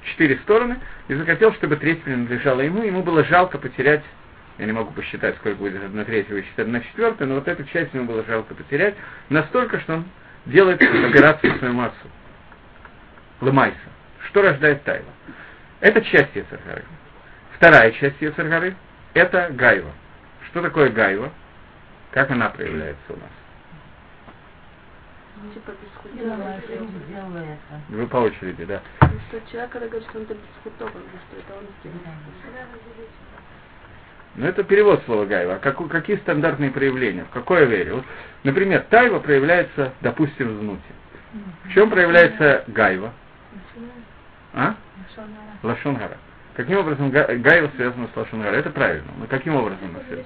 S1: четыре стороны, и захотел, чтобы треть принадлежала ему. Ему было жалко потерять, я не могу посчитать, сколько будет одна третья высчитать одна четвертая, но вот эту часть ему было жалко потерять, настолько, что он делает операцию своему отцу. Лемайса. Что рождает тайва? Это часть Йецер гары. Вторая часть Йецер гары – это гайва. Что такое гайва? Как она проявляется у нас?
S2: Типа бесхутовый.
S1: Вы по очереди, да.
S2: Что человек, когда говорит, что он бесхутовый, что это он сделал.
S1: Ну, это перевод слова гайва. А как, какие стандартные проявления? В какой вере? Вот, например, тайва проявляется, допустим, в знуте. В чем проявляется гайва? А? Лашон гара. Каким образом га- гайва связана с лашон гара? Это правильно. Но каким образом она связана?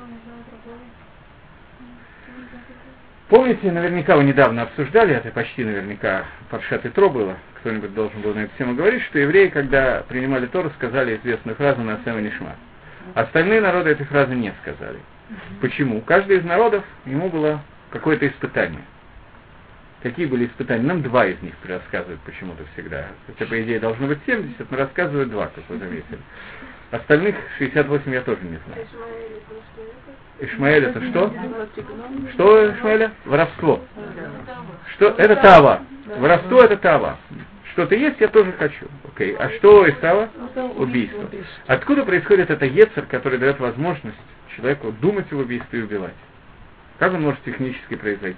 S1: Помните, наверняка вы недавно обсуждали, это почти наверняка Паршат Итро было, кто-нибудь должен был на эту тему говорить, что евреи, когда принимали Тору, сказали известную фразу «Наасем венишма». Остальные народы этой фразы не сказали. Почему? Каждый из народов, ему было какое-то испытание. Какие были испытания? Нам два из них рассказывают почему-то всегда. Хотя, по идее, должно быть семьдесят, но рассказывают два, как вы заметили. Остальных шестьдесят восемь я тоже не знаю. Ишмаэль это что? Что Ишмаэля? Воровство. Что? Это тава. Воровство это тава. Что-то есть, я тоже хочу. Окей. А что Исава? Убийство. Откуда происходит это Йецер, который дает возможность человеку думать об убийстве и убивать? Как он может технически произойти?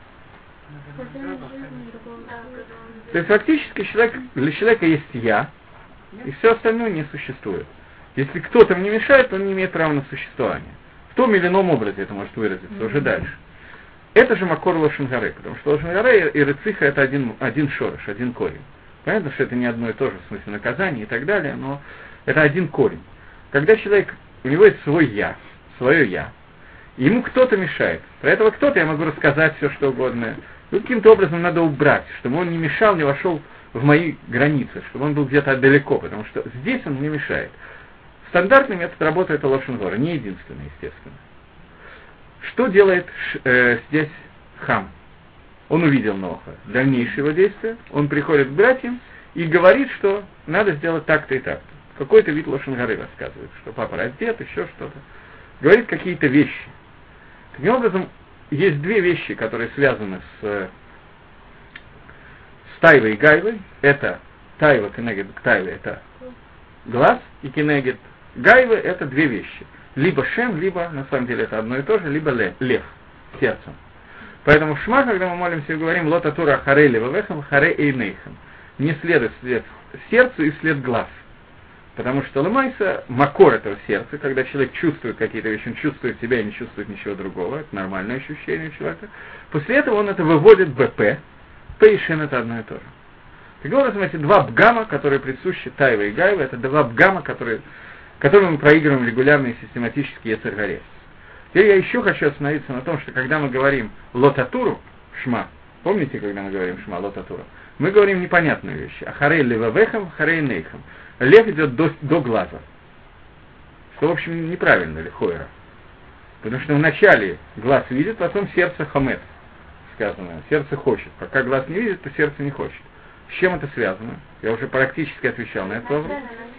S1: То есть фактически человек, для человека есть я, и все остальное не существует. Если кто-то мне мешает, то он не имеет права на существование. В том или ином образе это может выразиться mm-hmm. уже дальше. Это же макор лошен гары, потому что лошен гары и рыциха это один, один шорош, один корень. Понятно, что это не одно и то же, в смысле наказания и так далее, но это один корень. Когда человек, у него есть свой я, свое я, и ему кто-то мешает. Про этого кто-то я могу рассказать все, что угодно. Ну, каким-то образом надо убрать, чтобы он не мешал, не вошел в мои границы, чтобы он был где-то далеко, потому что здесь он мне мешает. Стандартный метод работы это лошен гара, не единственный, естественно. Что делает э, здесь Хам? Он увидел Ноха. Дальнейшее его действие, он приходит к братьям и говорит, что надо сделать так-то и так-то. Какой-то вид лошен гары рассказывает, что папа раздет, еще что-то. Говорит какие-то вещи. Таким образом, есть две вещи, которые связаны с, с тайвой и гайвой. Это тайва, кенегет, тайва это глаз, и кенегет гайвы это две вещи. Либо шем, либо, на самом деле, это одно и то же, либо лев, лев сердцем. Поэтому в Шма, когда мы молимся и говорим «Лота тура харе левавехам, харе эйнейхам», не следует след сердцу и след глаз. Потому что лемайса, макор этого сердца, когда человек чувствует какие-то вещи, он чувствует себя и не чувствует ничего другого, это нормальное ощущение у человека. После этого он это выводит БП, П и Шен это одно и то же. Таким образом, эти два бгама, которые присущи Тайва и Гайва, это два бгама, которые, которые мы проигрываем регулярно и систематически Йецер гаре. Теперь я еще хочу остановиться на том, что когда мы говорим лотатуру, шма, помните, когда мы говорим шма, лотатуру, мы говорим непонятную вещь. Ахарей левавехам, харей нейхам. Лев идет до, до глаза. Что, в общем, неправильно, лихойра. Потому что вначале глаз видит, потом сердце хамет, сказано. Сердце хочет. Пока глаз не видит, то сердце не хочет. С чем это связано? Я уже практически отвечал на этот вопрос.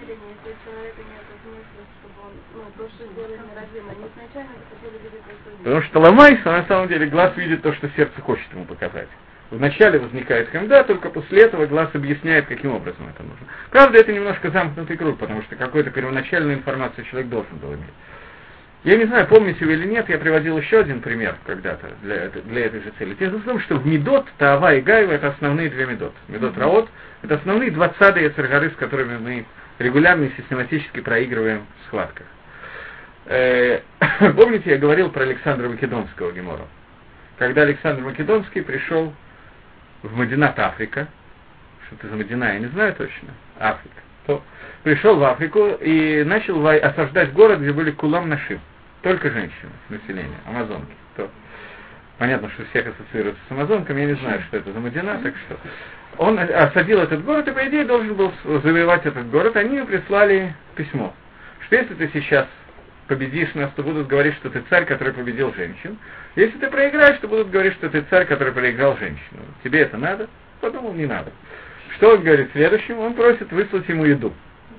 S1: Потому что ломайся, на самом деле глаз видит то, что сердце хочет ему показать. Вначале возникает хамда, только после этого глаз объясняет, каким образом это нужно. Правда, это немножко замкнутый круг, потому что какую-то первоначальную информацию человек должен был иметь. Я не знаю, помните вы или нет, я приводил еще один пример когда-то для, для этой же цели. Дело в том, что в Медот, Таава и Гайва это основные две Медот. Медот Раот это основные два цада Йецер гары, с которыми мы регулярно и систематически проигрываем в схватках. Э, помните, я говорил про Александра Македонского Гемора. Когда Александр Македонский пришел в Мадинат Африка, что это за Мадина, я не знаю точно, Африка, то пришел в Африку и начал осаждать город, где были кулам нашим, только женщины, население, амазонки. То понятно, что всех ассоциируется с амазонками, я не знаю, что это за Мадина, так что он осадил этот город и, по идее, должен был завоевать этот город. Они ему прислали письмо, что если ты сейчас победишь нас, то будут говорить, что ты царь, который победил женщин. Если ты проиграешь, то будут говорить, что ты царь, который проиграл женщину. Тебе это надо? Подумал, не надо. Что он говорит следующим? Он просит выслать ему еду.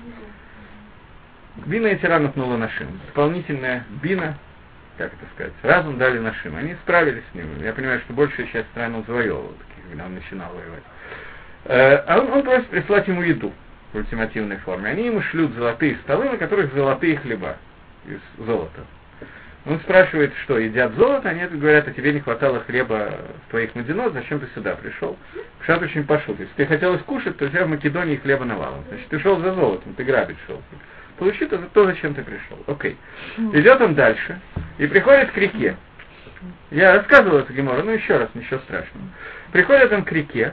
S1: Бина и Тиран напнула Нашим. Дополнительная бина, как это сказать, разум дали Нашим. Они справились с ним. Я понимаю, что большая часть страны он завоевывал, когда он начинал воевать. А он, он просит прислать ему еду в ультимативной форме. Они ему шлют золотые столы, на которых золотые хлеба из золота. Он спрашивает, что, едят золото? Они говорят, а тебе не хватало хлеба в твоих мадинот, зачем ты сюда пришел? Пшат очень пошут. Если тебе хотелось кушать, то у тебя в Македонии хлеба навалом. Значит, ты шел за золотом, ты грабить шел. Получи то, то, зачем ты пришел. Окей. Идет он дальше и приходит к реке. Я рассказывал это Гемору, но еще раз, ничего страшного. Приходит он к реке,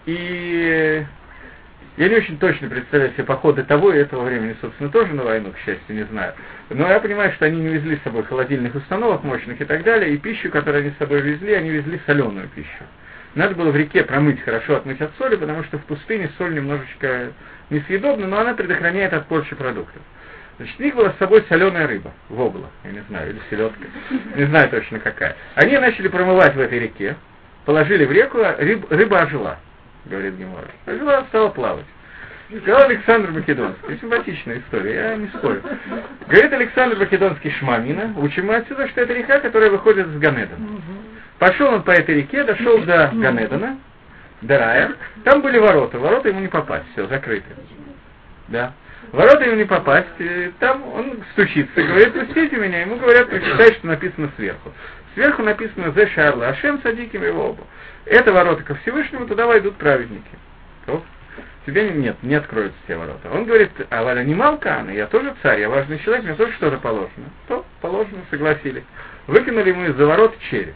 S1: и я не очень точно представляю себе походы того и этого времени, собственно, тоже на войну, к счастью, не знаю. Но я понимаю, что они не везли с собой холодильных установок мощных и так далее, и пищу, которую они с собой везли, они везли соленую пищу. Надо было в реке промыть, хорошо отмыть от соли, потому что в пустыне соль немножечко несъедобна, но она предохраняет от порчи продуктов. Значит, у них была с собой соленая рыба, вобла, я не знаю, или селедка, не знаю точно какая. Они начали промывать в этой реке, положили в реку, а рыб, рыба ожила, говорит Гемора. Ожила, стала плавать. Сказал Александр Македонский, симпатичная история, я не спорю. Говорит Александр Македонский Шмамина, учим мы отсюда, что это река, которая выходит с Ганедана. Пошел он по этой реке, дошел до Ганедана, до рая, там были ворота, ворота ему не попасть, все, закрыты. Да. Ворота ему не попасть, там он стучится, говорит, пустите меня, ему говорят, прочитай, что написано сверху. Сверху написано «Зе шарла Ашем садиким его оба». Это ворота ко Всевышнему, туда войдут праведники. То тебе нет, не откроются те ворота. Он говорит, а Валя не Малкана, я тоже царь, я важный человек, мне тоже что-то положено. То положено, согласились. Выкинули ему из-за ворот череп.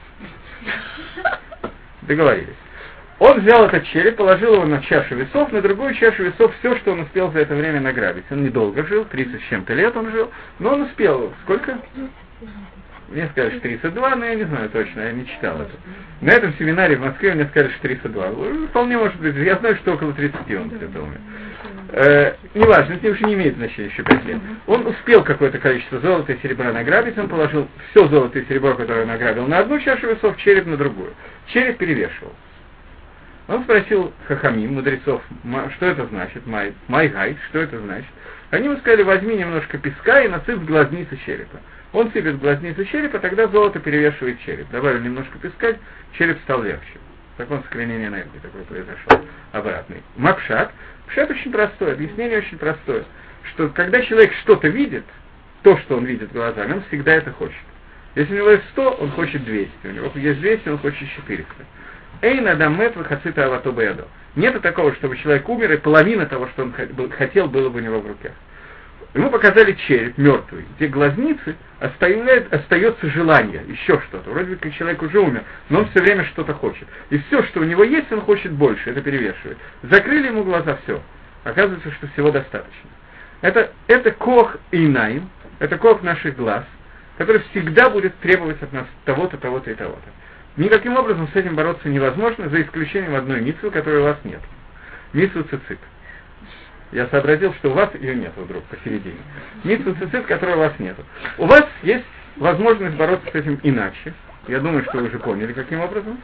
S1: Договорились. Он взял этот череп, положил его на чашу весов, на другую чашу весов все, что он успел за это время награбить. Он недолго жил, тридцать с чем-то лет он жил, но он успел. Сколько? Мне сказали, что тридцать два, но я не знаю точно, я не читал это. На этом семинаре в Москве мне сказали, что тридцать два. Вполне может быть, я знаю, что около тридцати он все это умер. Э, неважно, это уже не имеет значения, еще пять лет. Он успел какое-то количество золота и серебра награбить, он положил все золото и серебро, которое он награбил, на одну чашу весов, череп на другую. Череп перевешивал. Он спросил хахамим, мудрецов, что это значит, май, майгай, что это значит. Они ему сказали, возьми немножко песка и насыпь в глазницы черепа. Он сыпет в глазницу черепа, тогда золото перевешивает череп. Добавил немножко песка, череп стал легче. Закон сохранения энергии такой произошел, обратный. Мапшат. Пшат очень простой, объяснение очень простое. Что когда человек что-то видит, то, что он видит глазами, он всегда это хочет. Если у него есть сто, он хочет двести. У него есть двести, он хочет четыреста. Эйн адам мет вахацита авато бэдо. Нету такого, чтобы человек умер, и половина того, что он хотел, было бы у него в руках. Ему показали череп мертвый, где глазницы оставляет, остается желание, еще что-то. Вроде как человек уже умер, но он все время что-то хочет. И все, что у него есть, он хочет больше, это перевешивает. Закрыли ему глаза, все. Оказывается, что всего достаточно. Это, это кох инаим, это кох наших глаз, который всегда будет требовать от нас того-то, того-то и того-то. Никаким образом с этим бороться невозможно, за исключением одной мицвы, которой у вас нет. Мицвы цицит. Я сообразил, что у вас ее нет вдруг посередине. Мицву цицит, которой у вас нет. У вас есть возможность бороться с этим иначе. Я думаю, что вы уже поняли, каким образом.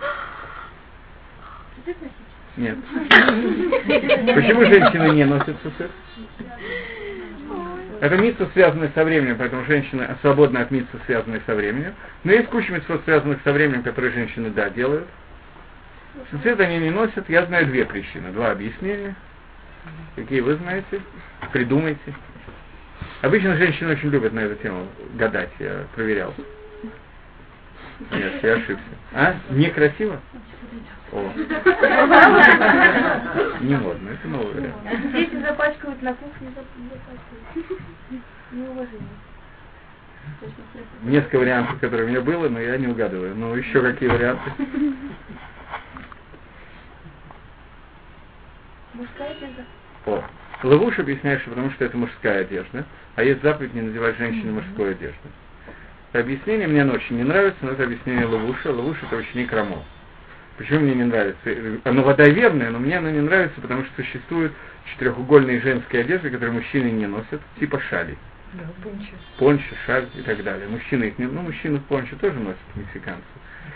S1: Нет. Почему женщины не носят цицит? Это митцва, связанная со временем, поэтому женщины свободны от митцвы, связанной со временем. Но есть куча митцвот, связанных со временем, которые женщины, да, делают. Цицит они не носят. Я знаю две причины, два объяснения. Какие вы знаете? Придумайте. Обычно женщины очень любят на эту тему гадать, я проверял. Нет, я ошибся. А? Некрасиво? О. Не модно, это новый вариант.
S4: Дети запачкают на кухне, запачкают. Неуважение.
S1: Несколько вариантов, которые у меня было, но я не угадываю. Ну, еще какие варианты?
S4: Мужская одежда.
S1: О. Лавуш объясняет, что потому что это мужская одежда, а есть заповедь не надевать женщине мужскую одежду. Это объяснение мне очень не нравится, но это объяснение Лавуша. Лавуш это ученик Рамо. Почему мне не нравится? Оно водоверное, но мне оно не нравится, потому что существуют четырехугольные женские одежды, которые мужчины не носят, типа шали.
S3: Да, пончо.
S1: Пончо, шаль и так далее. Мужчины их не... Ну, мужчины пончо тоже носят, мексиканцы.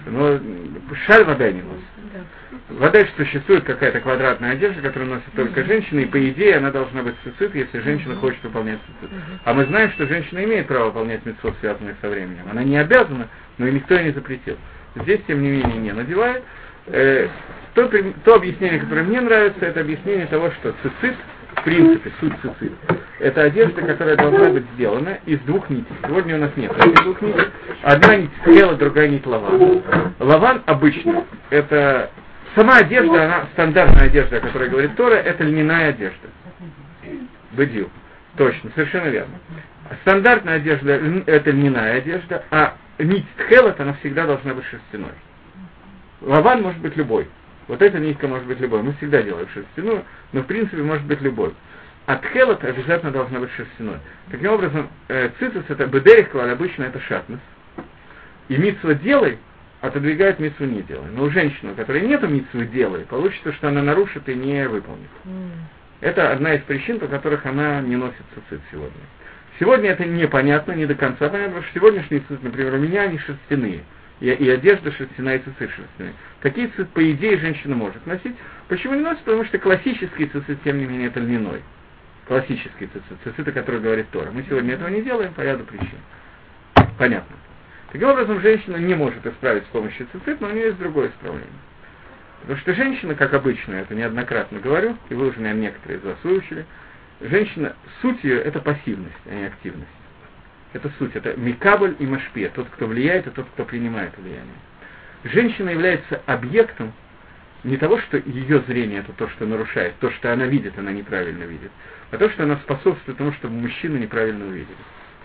S1: Но шаль вода не носит. Вода существует какая-то квадратная одежда, которую носит только женщина, и по идее она должна быть цицит, если женщина хочет выполнять цицит. А мы знаем, что женщина имеет право выполнять мицвот, связанные со временем. Она не обязана, но и никто ей не запретил. Здесь, тем не менее, не надевает. Э, то, то объяснение, которое мне нравится, это объяснение того, что цицит, в принципе, суть цицит, это одежда, которая должна быть сделана из двух нитей. Сегодня у нас нет этих двух нитей. Одна нить тела, другая нить лаван. Лаван обычно, это сама одежда, она стандартная одежда, о которой говорит Тора, это льняная одежда. Бедил. Точно, совершенно верно. Стандартная одежда это льняная одежда, а нить тхелот, она всегда должна быть шерстяной. Лаван может быть любой. Вот эта нитка может быть любой. Мы всегда делаем шерстяную, но в принципе может быть любой. А тхелот обязательно должна быть шерстяной. Таким образом, э, цицис это бедерихкваль, обычно это шатнес. И митцва делай отодвигает митцву не делай. Но у женщины, у которой нет митцвы делай, получится, что она нарушит и не выполнит. Mm. Это одна из причин, по которых она не носит цицит сегодня. Сегодня это непонятно, не до конца понятно, потому что сегодняшние цицит, например, у меня они шерстяные. И, и одежда шерстяная, и цицит шерстяные. Какие цицит, по идее, женщина может носить? Почему не носит? Потому что классический цицит, тем не менее, это льняной. Классический цицит, цицит, о котором говорит Тора. Мы сегодня этого не делаем по ряду причин. Понятно. Таким образом, женщина не может исправить с помощью цицит, но у нее есть другое исправление. Потому что женщина, как обычно, это неоднократно говорю, и вы уже, наверное, некоторые из вас выучили, женщина, суть ее это пассивность, а не активность. Это суть, это микабль и машпия, тот, кто влияет, и тот, кто принимает влияние. Женщина является объектом не того, что ее зрение это то, что нарушает, то, что она видит, она неправильно видит, а то, что она способствует тому, чтобы мужчину неправильно увидели.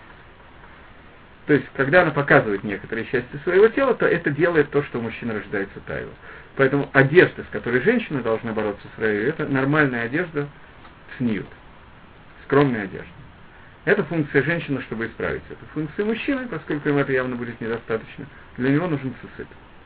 S1: То есть, когда она показывает некоторые части своего тела, то это делает то, что у мужчины рождается тайва. Поэтому одежда, с которой женщина должна бороться с раю, это нормальная одежда цниют, скромная одежда. Это функция женщины, чтобы исправить это. Функция мужчины, поскольку им это явно будет недостаточно, для него нужен цицит.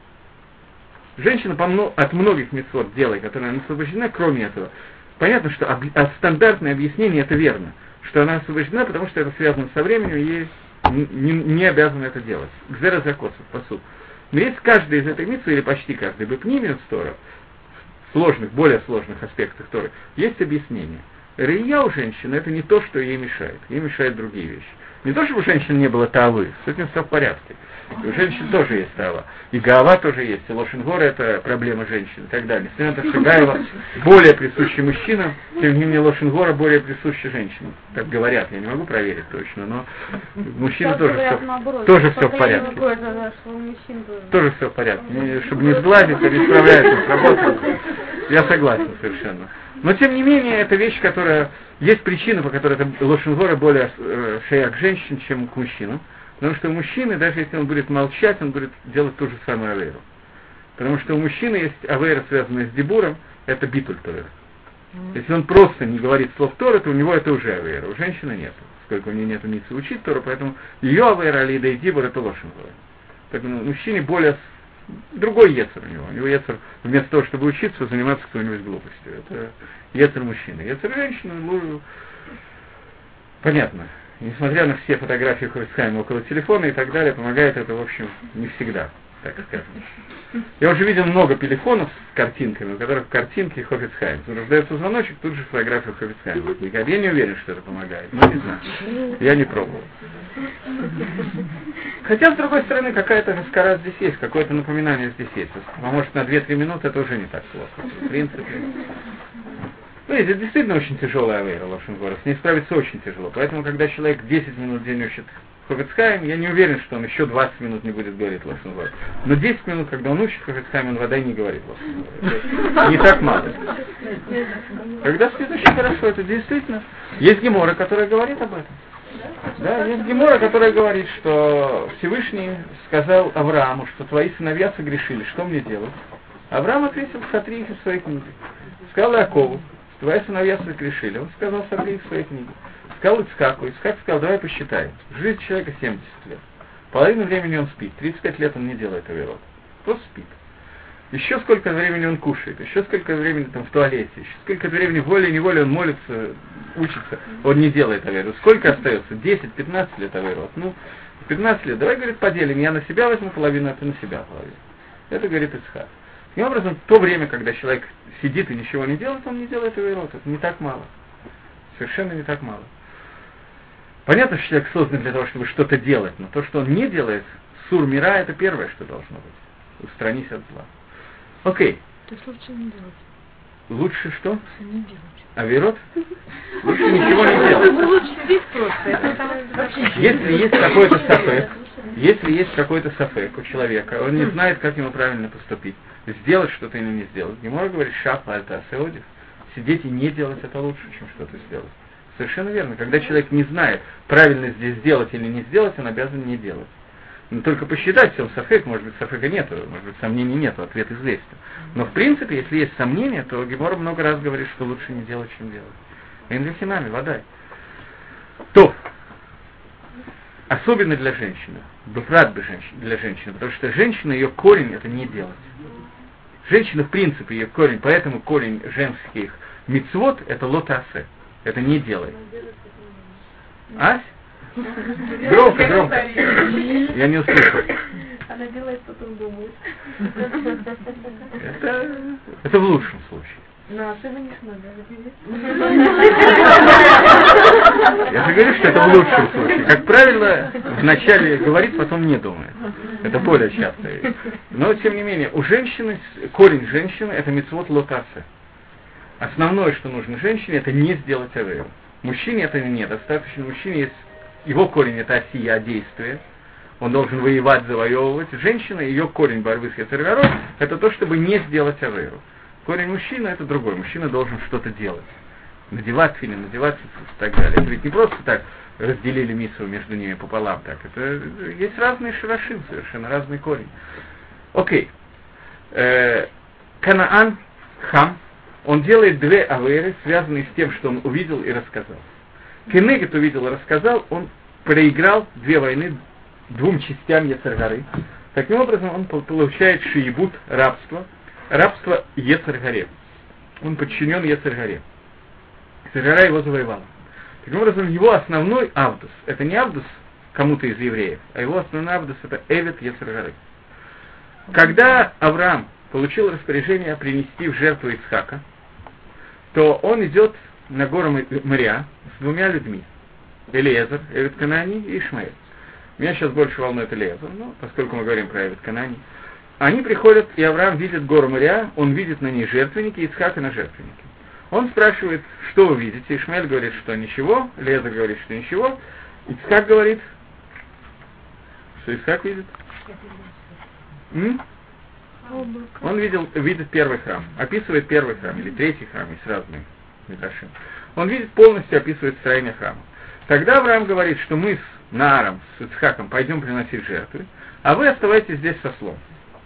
S1: Женщина по, от многих мицвот делает, которые она освобождена, кроме этого. Понятно, что об, а стандартное объяснение это верно, что она освобождена, потому что это связано со временем, и ей не, не обязана это делать. Гзера закосов, посуд. Но есть каждый из этой мицвы, или почти каждый, бепнимиус Тора, в сложных, более сложных аспектах Торы, есть объяснение. Рия у женщины это не то, что ей мешает. Ей мешают другие вещи. Не то, чтобы у женщин не было тавы, с этим все в порядке. И у женщин тоже есть тава. И гаава тоже есть. И лошенгора это проблема женщин и так далее. Несмотря на то, что гаева более присуща мужчинам, тем не менее лошенгора более присуща женщинам. Так говорят, я не могу проверить точно, но мужчины тоже все, тоже все в порядке. Тоже все в порядке. Не, чтобы не сглазить, а не справляются с работой. Я согласен совершенно. Но тем не менее, это вещь, которая... Есть причина, по которой это лошенгора более э, шея к женщинам, чем к мужчинам. Потому что у мужчины, даже если он будет молчать, он будет делать ту же самую авейру. Потому что у мужчины есть авейра, связанная с дибуром, это битуль Тора. Если он просто не говорит слов Тора, то у него это уже авейра. У женщины нет. Сколько у нее нет митцвы учить Тору, поэтому ее авейра, алида и дибур, это лошенгора. Поэтому мужчине более... Другой ецер у него. У него ецер, вместо того, чтобы учиться, заниматься какой-нибудь глупостью. Это ецер мужчины. Ецер женщины, ну, понятно. Несмотря на все фотографии Хофец-Хаима около телефона и так далее, помогает это, в общем, не всегда, так скажем. Я уже видел много телефонов с картинками, у которых картинки Хофец-Хаим. Раздается звоночек, тут же фотография Хофец-Хаима. Я не уверен, что это помогает, но не знаю. Я не пробовал. Хотя, с другой стороны, какая-то раскара здесь есть, какое-то напоминание здесь есть. А может, на две-три минуты это уже не так плохо. В принципе. Ну, это действительно очень тяжелая авейра, лошенгора. С ней справиться очень тяжело. Поэтому, когда человек десять минут в день учит Хофец-Хаим, я не уверен, что он еще двадцать минут не будет говорить лошенгора. Но десять минут, когда он учит Хофец-Хаим, он вода не говорит лошенгора. Не так мало. Когда спит очень хорошо, это действительно. Есть гемора, которая говорит об этом. Да, есть гемора, которая говорит, что Всевышний сказал Аврааму, что твои сыновья согрешили, что мне делать? Авраам ответил, сотри их из своей книги. Сказал Якову, твои сыновья согрешили. Он сказал, сотри их из своей книги. Сказал Ицхаку, Ицхак сказал, давай посчитаем. Жизнь человека семьдесят лет. Половину времени он спит, тридцать пять лет он не делает авейрот. Просто спит. Еще сколько времени он кушает, еще сколько времени там в туалете, еще сколько времени волей-неволей он молится, учится, он не делает авейрот. Сколько остается? десять-пятнадцать лет авейрот. Ну, пятнадцать лет, давай, говорит, поделим, я на себя возьму половину, а ты на себя половину. Это говорит Ицхак. Таким образом, в то время, когда человек сидит и ничего не делает, он не делает авейрот. Это не так мало. Совершенно не так мало. Понятно, что человек создан для того, чтобы что-то делать, но то, что он не делает, сур мира, это первое, что должно быть. Устранись от зла. Окей.
S4: То есть лучше не делать.
S1: Лучше что?
S4: Не делать.
S1: Авейрот? Лучше ничего не делать.
S4: Ну, лучше сидеть просто.
S1: Если есть какой-то сафек, если есть какой-то сафек у человека, он не знает, как ему правильно поступить, сделать что-то или не сделать. Гемара говорит, шапа альта сеодив. Сидеть и не делать это лучше, чем что-то сделать. Совершенно верно. Когда человек не знает, правильно здесь сделать или не сделать, он обязан не делать. Но только посчитать, в чем сафек, может быть, сафека нету, может быть, сомнений нету, ответ известен. Но в принципе, если есть сомнения, то Гемара много раз говорит, что лучше не делать, чем делать. Энвихинами, вода. То, особенно для женщины, бифрат для женщины, потому что женщина, ее корень это не делать. Женщина, в принципе, ее корень, поэтому корень женских мицвот это лотасе, это не делай. Ась? Громко, громко. Я не услышал.
S4: Она делает, потом думает.
S1: Это, это в лучшем случае.
S4: Но особенно надо.
S1: Я же говорю, что это в лучшем случае. Как правило, вначале говорит, потом не думает. Это более часто. Но, тем не менее, у женщины, корень женщины, это мицвот лотасе. Основное, что нужно женщине, это не сделать авейру. Мужчине это недостаточно. Мужчине есть, его корень это осия, действие. Он должен воевать, завоевывать. Женщина, ее корень борьбы с йецер гарой, это то, чтобы не сделать авейру. Корень мужчины это другой. Мужчина должен что-то делать. Надевать филин, надевать и так далее. Это ведь не просто так разделили миссу между ними пополам. Так. Это есть разные шарашим, совершенно разный корень. Окей. Э, Канаан, Хам, он делает две авейры, связанные с тем, что он увидел и рассказал. Кенегет увидел и рассказал, он проиграл две войны двум частям йецер гары. Таким образом, он получает шиебут, рабство, рабство йецер гаре. Он подчинен йецер гаре. йецер гара его завоевала. Таким образом, его основной авдус, это не авдус кому-то из евреев, а его основной авдус это эвет йецер гары. Когда Авраам получил распоряжение принести в жертву Ицхака, то он идет на гору Мориа с двумя людьми. Элиезер, Эвет Канани и Ишмаэль. Меня сейчас больше волнует Элиезер, ну, поскольку мы говорим про Эвет Канани. Они приходят, и Авраам видит гору Мориа, он видит на ней жертвенники, и Ицхака на жертвеннике. Он спрашивает, что вы видите? Ишмаэль говорит, что ничего, Элиезер говорит, что ничего. Ицхак говорит, что Ицхак видит? М? Он видел, видит первый храм, описывает первый храм, или третий храм, есть разные мидрашим. Он видит, полностью описывает строение храма. Тогда Авраам говорит, что мы с Нааром, с Ицхаком пойдем приносить жертвы, а вы оставайтесь здесь со слом.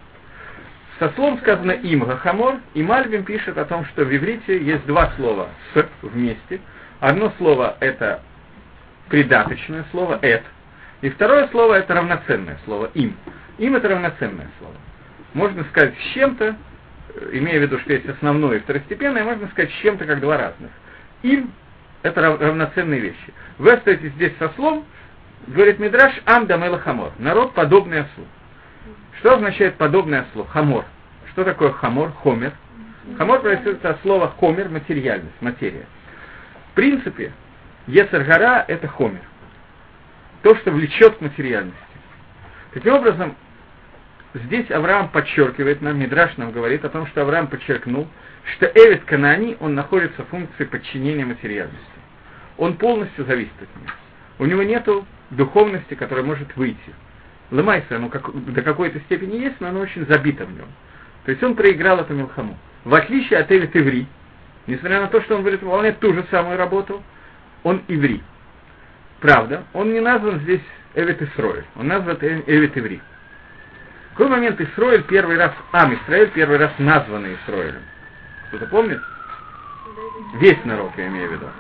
S1: Со слом сказано им гахамор, и Мальбим пишет о том, что в иврите есть два слова с вместе. Одно слово это придаточное слово, эт, и второе слово это равноценное слово, им. Им это равноценное слово. Можно сказать с чем-то, имея в виду, что есть основное и второстепенное, можно сказать с чем-то как два разных. Им это равноценные вещи. Вы остаетесь здесь со слом, говорит Мидраш, ам дамела хамор. Народ подобный ослу. Что означает подобный ослу? Хамор. Что такое хамор? Хомер. Хамор происходит от слова хомер, материальность, материя. В принципе, йецер гара это хомер. То, что влечет к материальности. Таким образом, здесь Авраам подчеркивает нам, Мидраш нам говорит о том, что Авраам подчеркнул, что Эвет Канани, он находится в функции подчинения материальности. Он полностью зависит от нее. У него нет духовности, которая может выйти. Лымайса, оно как, до какой-то степени есть, но оно очень забито в нем. То есть он проиграл эту милхаму. В отличие от Эвет Иври, несмотря на то, что он будет выполнять ту же самую работу, он иври. Правда, он не назван здесь Эвет Исроэль, он назван Эвет Иври. В какой момент Исроэль первый раз, Ам Исраэль первый раз названный Исроэлем? Кто-то помнит? Весь народ, я имею в виду.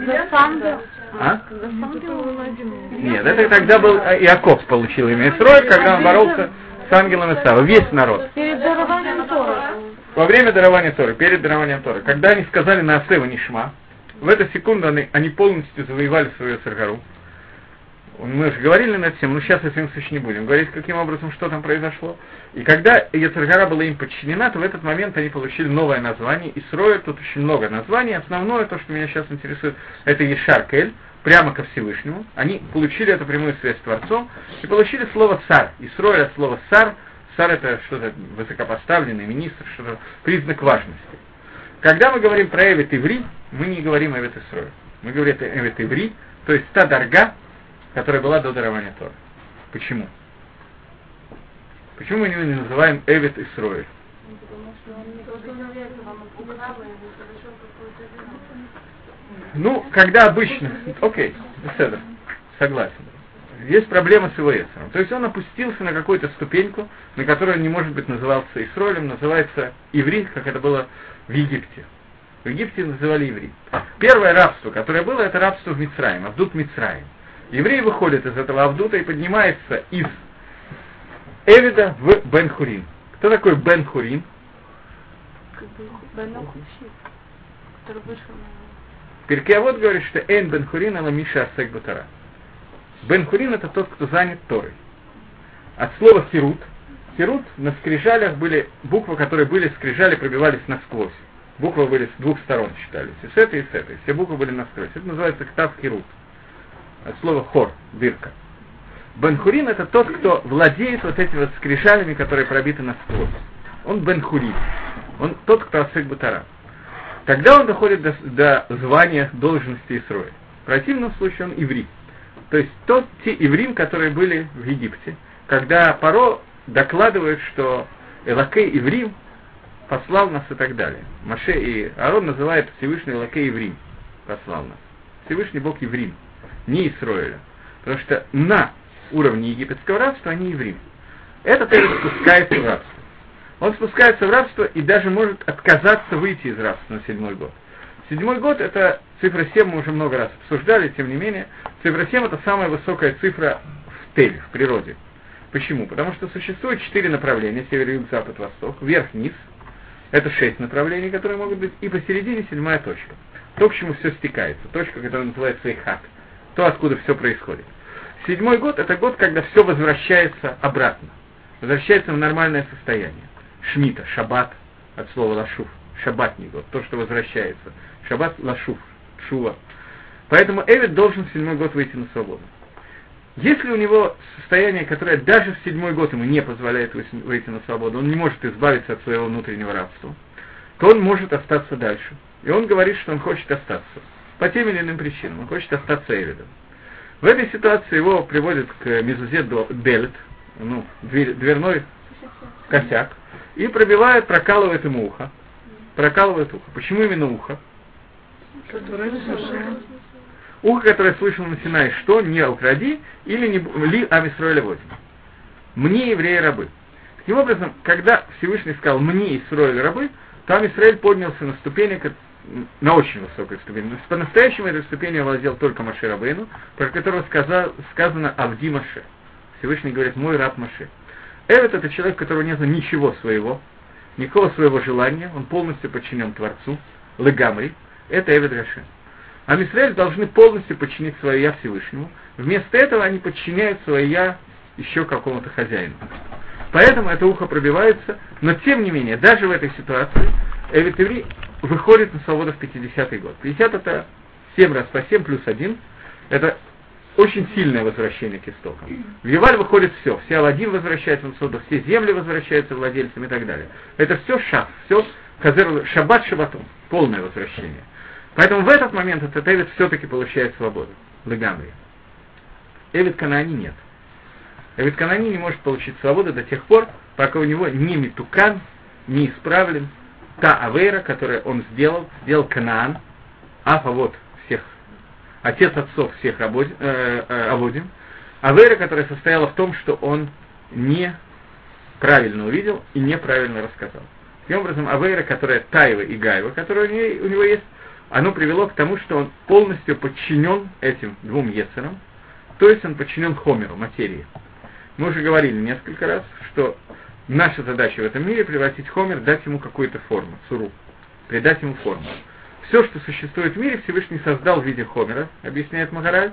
S1: А? Нет, это тогда был Иаков получил имя Исроэль, когда он боролся с ангелом Исава. Весь народ.
S4: Перед дарованием Торы.
S1: Во время дарования Торы, перед дарованием Торы. Когда они сказали на Асева Нишма, в эту секунду они, они полностью завоевали свою Царгару. Мы же говорили на эту тему, но сейчас этим случае не будем говорить, каким образом, что там произошло. И когда Йецер гара была им подчинена, то в этот момент они получили новое название. Исроэль, тут очень много названий. Основное, то, что меня сейчас интересует, это Ешар Кель, прямо ко Всевышнему. Они получили эту прямую связь с Творцом и получили слово цар. Исроэль от слова цар. Цар это что-то высокопоставленный, министр, что-то признак важности. Когда мы говорим про Эвет Иври, мы не говорим Эвет Исроэль. Мы говорим это Эвет Иври, то есть та дарга, которая была до дарования Торы. Почему? Почему мы его не называем Эвет Исроэль? Ну, когда обычно... Окей, беседа, согласен. Есть проблема с его Ецером. То есть он опустился на какую-то ступеньку, на которой он не может быть назывался Исроэлем, называется Иври, как это было в Египте. В Египте называли Иври. Первое рабство, которое было, это рабство в Мицраим, Авдут Мицраим. Еврей выходит из этого Авдута и поднимается из Эвида в Бен-Хурин. Кто такой Бен-Хурин?
S2: Который вышел на...
S1: Перкеавод говорит, что Эйн Бен-Хурин ала Миша Асек Батара. Бен-Хурин это тот, кто занят Торой. От слова хирут. Хирут на скрижалях были буквы, которые были, скрижали пробивались насквозь. Буквы были с двух сторон читались. И с этой, и с этой. Все буквы были насквозь. Это называется ктав хирут. От слова хор, дырка. Бен-Хурин это тот, кто владеет вот этими вот скрижалями, которые пробиты насквозь. Он Бен-Хурин. Он тот, кто Асек Батара. Когда он доходит до, до звания должности Исроэль. В противном случае он иври. То есть тот, те иврим, которые были в Египте. Когда Паро докладывает, что Элокей Иврим послал нас и так далее. Моше и Аарон называют Всевышний Элокей Иврим. Послал нас. Всевышний Бог Иврим. Не Исроэля. Потому что на уровне египетского рабства они евреи. Этот Эвет спускается в рабство. Он спускается в рабство и даже может отказаться выйти из рабства на седьмой год. Седьмой год это цифра семь, мы уже много раз обсуждали, тем не менее, цифра семь это самая высокая цифра в теле, в природе. Почему? Потому что существует четыре направления, север, юг, запад, восток, вверх, низ. Это шесть направлений, которые могут быть, и посередине седьмая точка. То, к чему все стекается, точка, которая называется Ихак. То, откуда все происходит. Седьмой год – это год, когда все возвращается обратно. Возвращается в нормальное состояние. Шмита, шаббат, от слова лашуф. Шаббатний год, то, что возвращается. Шаббат, лашуф, шува. Поэтому Эвет должен в седьмой год выйти на свободу. Если у него состояние, которое даже в седьмой год ему не позволяет выйти на свободу, он не может избавиться от своего внутреннего рабства, то он может остаться дальше. И он говорит, что он хочет остаться. По тем или иным причинам. Он хочет остаться Эвидом. В этой ситуации его приводят к мезузе делет, ну, дверь, дверной косяк, и пробивает, прокалывает ему ухо. Прокалывает ухо. Почему именно ухо? Ухо, которое слышал на Синае, что не укради, или не ли Ам-Исроэль водим. Мне, евреи, рабы. Таким образом, когда Всевышний сказал «мне, Исроэль, рабы», то Ам-Исроэль поднялся на ступени, на очень высокой ступени. По-настоящему этой ступенью владел только Моше Рабейну, про которого сказал, сказано «Авди Моше». Всевышний говорит «мой раб Моше». Эвет это человек, у которого нет ничего своего, никакого своего желания, он полностью подчинен Творцу, Легамри, это Эвет Гашем. А Ам-Исраэль должны полностью подчинить свое «я» Всевышнему, вместо этого они подчиняют свое «я» еще какому-то хозяину. Поэтому это ухо пробивается, но тем не менее, даже в этой ситуации Эвет Иври выходит на свободу в пятидесятый год. пятьдесят это семь раз по семь плюс один, это очень сильное возвращение к истокам. В Юваль выходит все, все Аладдин возвращается на свободу, все земли возвращаются владельцам и так далее. Это все шаб, все хазер, шаббат шаббатом, полное возвращение. Поэтому в этот момент этот Эвет все-таки получает свободу. Легамри. Эвет Канаани нет. Эвет Канаани не может получить свободу до тех пор, пока у него не митукан, не исправлен та авейра, которую он сделал, сделал Канаан, Афа вот всех, отец отцов всех аводим, э, э, аводим, авейра, которая состояла в том, что он неправильно увидел и неправильно рассказал. Таким образом, авейра, которая Таева и Гаева, которая у него, у него есть, оно привело к тому, что он полностью подчинен этим двум ецерам, то есть он подчинен хомеру, материи. Мы уже говорили несколько раз, что наша задача в этом мире превратить хомер, дать ему какую-то форму, цуру, придать ему форму. Все, что существует в мире, Всевышний создал в виде хомера, объясняет Магараль,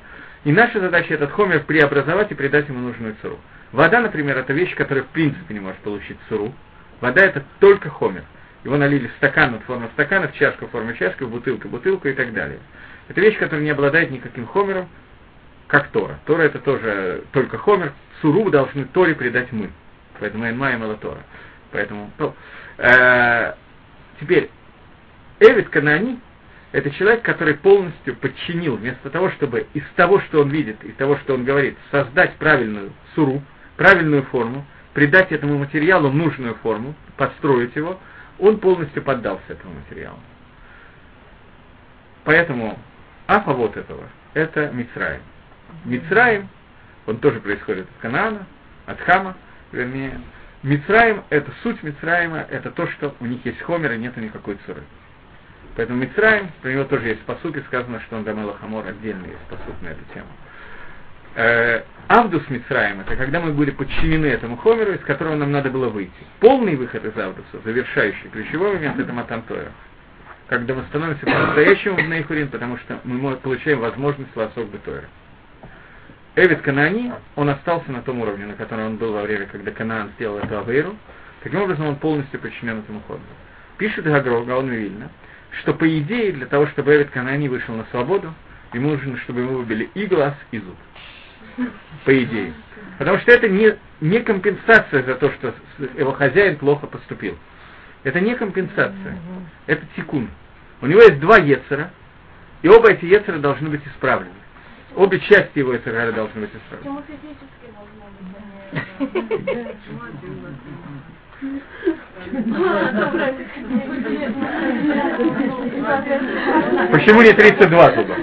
S1: И наша задача этот хомер преобразовать и придать ему нужную цуру. Вода, например, это вещь, которая в принципе не может получить цуру. Вода это только хомер. Его налили в стакан, вот форма стакана, в чашку, форма чашки, в бутылку, бутылку и так далее. Это вещь, которая не обладает никаким хомером, как Тора. Тора это тоже только хомер. Цуру должны Торе придать мы. Поэтому энма и мала Тора. Поэтому, то, э, теперь, Эвид Канаани это человек, который полностью подчинил, вместо того, чтобы из того, что он видит, из того, что он говорит, создать правильную суру, правильную форму, придать этому материалу нужную форму, подстроить его, он полностью поддался этому материалу. Поэтому афа вот этого, это Мицраим. Мицраим, он тоже происходит от Канаана, от Хама, вернее. Мицраим, это суть Мицраима, это то, что у них есть хомер и нету никакой цуры. Поэтому Мицраим, про него тоже есть пасук, и сказано, что он Дамела Хамор, отдельно есть пасук на эту тему. Э, Авдус Мицраим, это когда мы были подчинены этому хомеру, из которого нам надо было выйти. Полный выход из Авдуса, завершающий, ключевой момент, это Матан Тора. Когда мы становимся по-настоящему в Нейхурин, потому что мы получаем возможность ласок бетойра. Эвид Канаани, он остался на том уровне, на котором он был во время, когда Канаан сделал эту авейру. Таким образом, он полностью подчинен этому ходу. Пишет Гагро, Гаон Вильна, что по идее, для того, чтобы Эвид Канаани вышел на свободу, ему нужно, чтобы ему выбили и глаз, и зуб. По идее. Потому что это не, не компенсация за то, что его хозяин плохо поступил. Это не компенсация. Это тикун. У него есть два ецера, и оба эти ецера должны быть исправлены. Обе части его ецера должны быть исправлены. Почему не тридцать два зуба?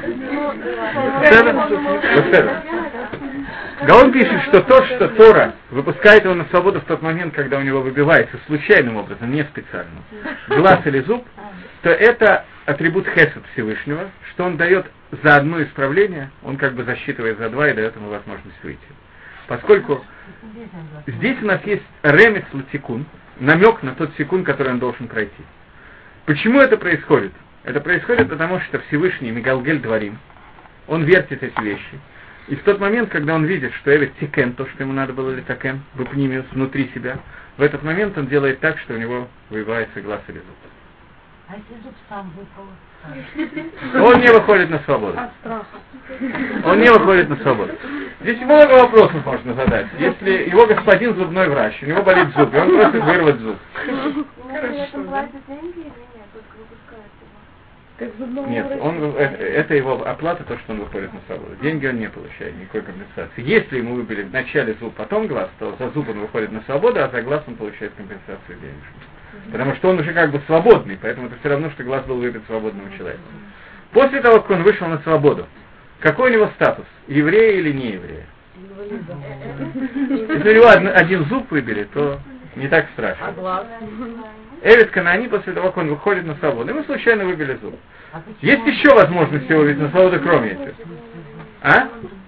S1: Гаон пишет, что то, что Тора выпускает его на свободу в тот момент, когда у него выбивается случайным образом, не специально, глаз или зуб, то это атрибут хесед Всевышнего, что он дает за одно исправление, он как бы засчитывает за два и дает ему возможность выйти. Поскольку здесь у нас есть ремец латикун, намек на тот секунд, который он должен пройти. Почему это происходит? Это происходит потому, что Всевышний Мегалгель Дварим, он вертит эти вещи. И в тот момент, когда он видит, что Эвид тикен, то, что ему надо было литакен, выпнимиус, внутри себя, в этот момент он делает так, что у него выбивается глаз или зуб.
S5: А если зуб сам выпал?
S1: Он не выходит на свободу. Он не выходит на свободу. Здесь много вопросов можно задать. Если его господин зубной врач, у него болит зуб, и он просит вырвать зуб. Нет, он, это, это его оплата, то, что он выходит на свободу. Деньги он не получает, никакой компенсации. Если ему выбили в начале зуб, потом глаз, то за зуб он выходит на свободу, а за глаз он получает компенсацию денежную. Потому что он уже как бы свободный, поэтому это все равно, что глаз был выбит свободному человеку. После того, как он вышел на свободу, какой у него статус? Еврей или не еврей? Если у него один, один зуб выбили, то не так страшно. Эвид Канаани, после того, как он выходит на свободу, ему случайно выбили зуб. Есть еще возможность его выйти на свободу, кроме этого. А?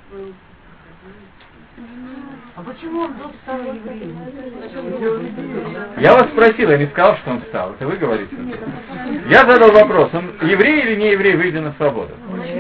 S5: А почему он зуб стал евреем?
S1: Я вас спросил, я не сказал, что он стал. Это вы говорите. Я задал вопрос, он еврей или не еврей, выйдя на свободу?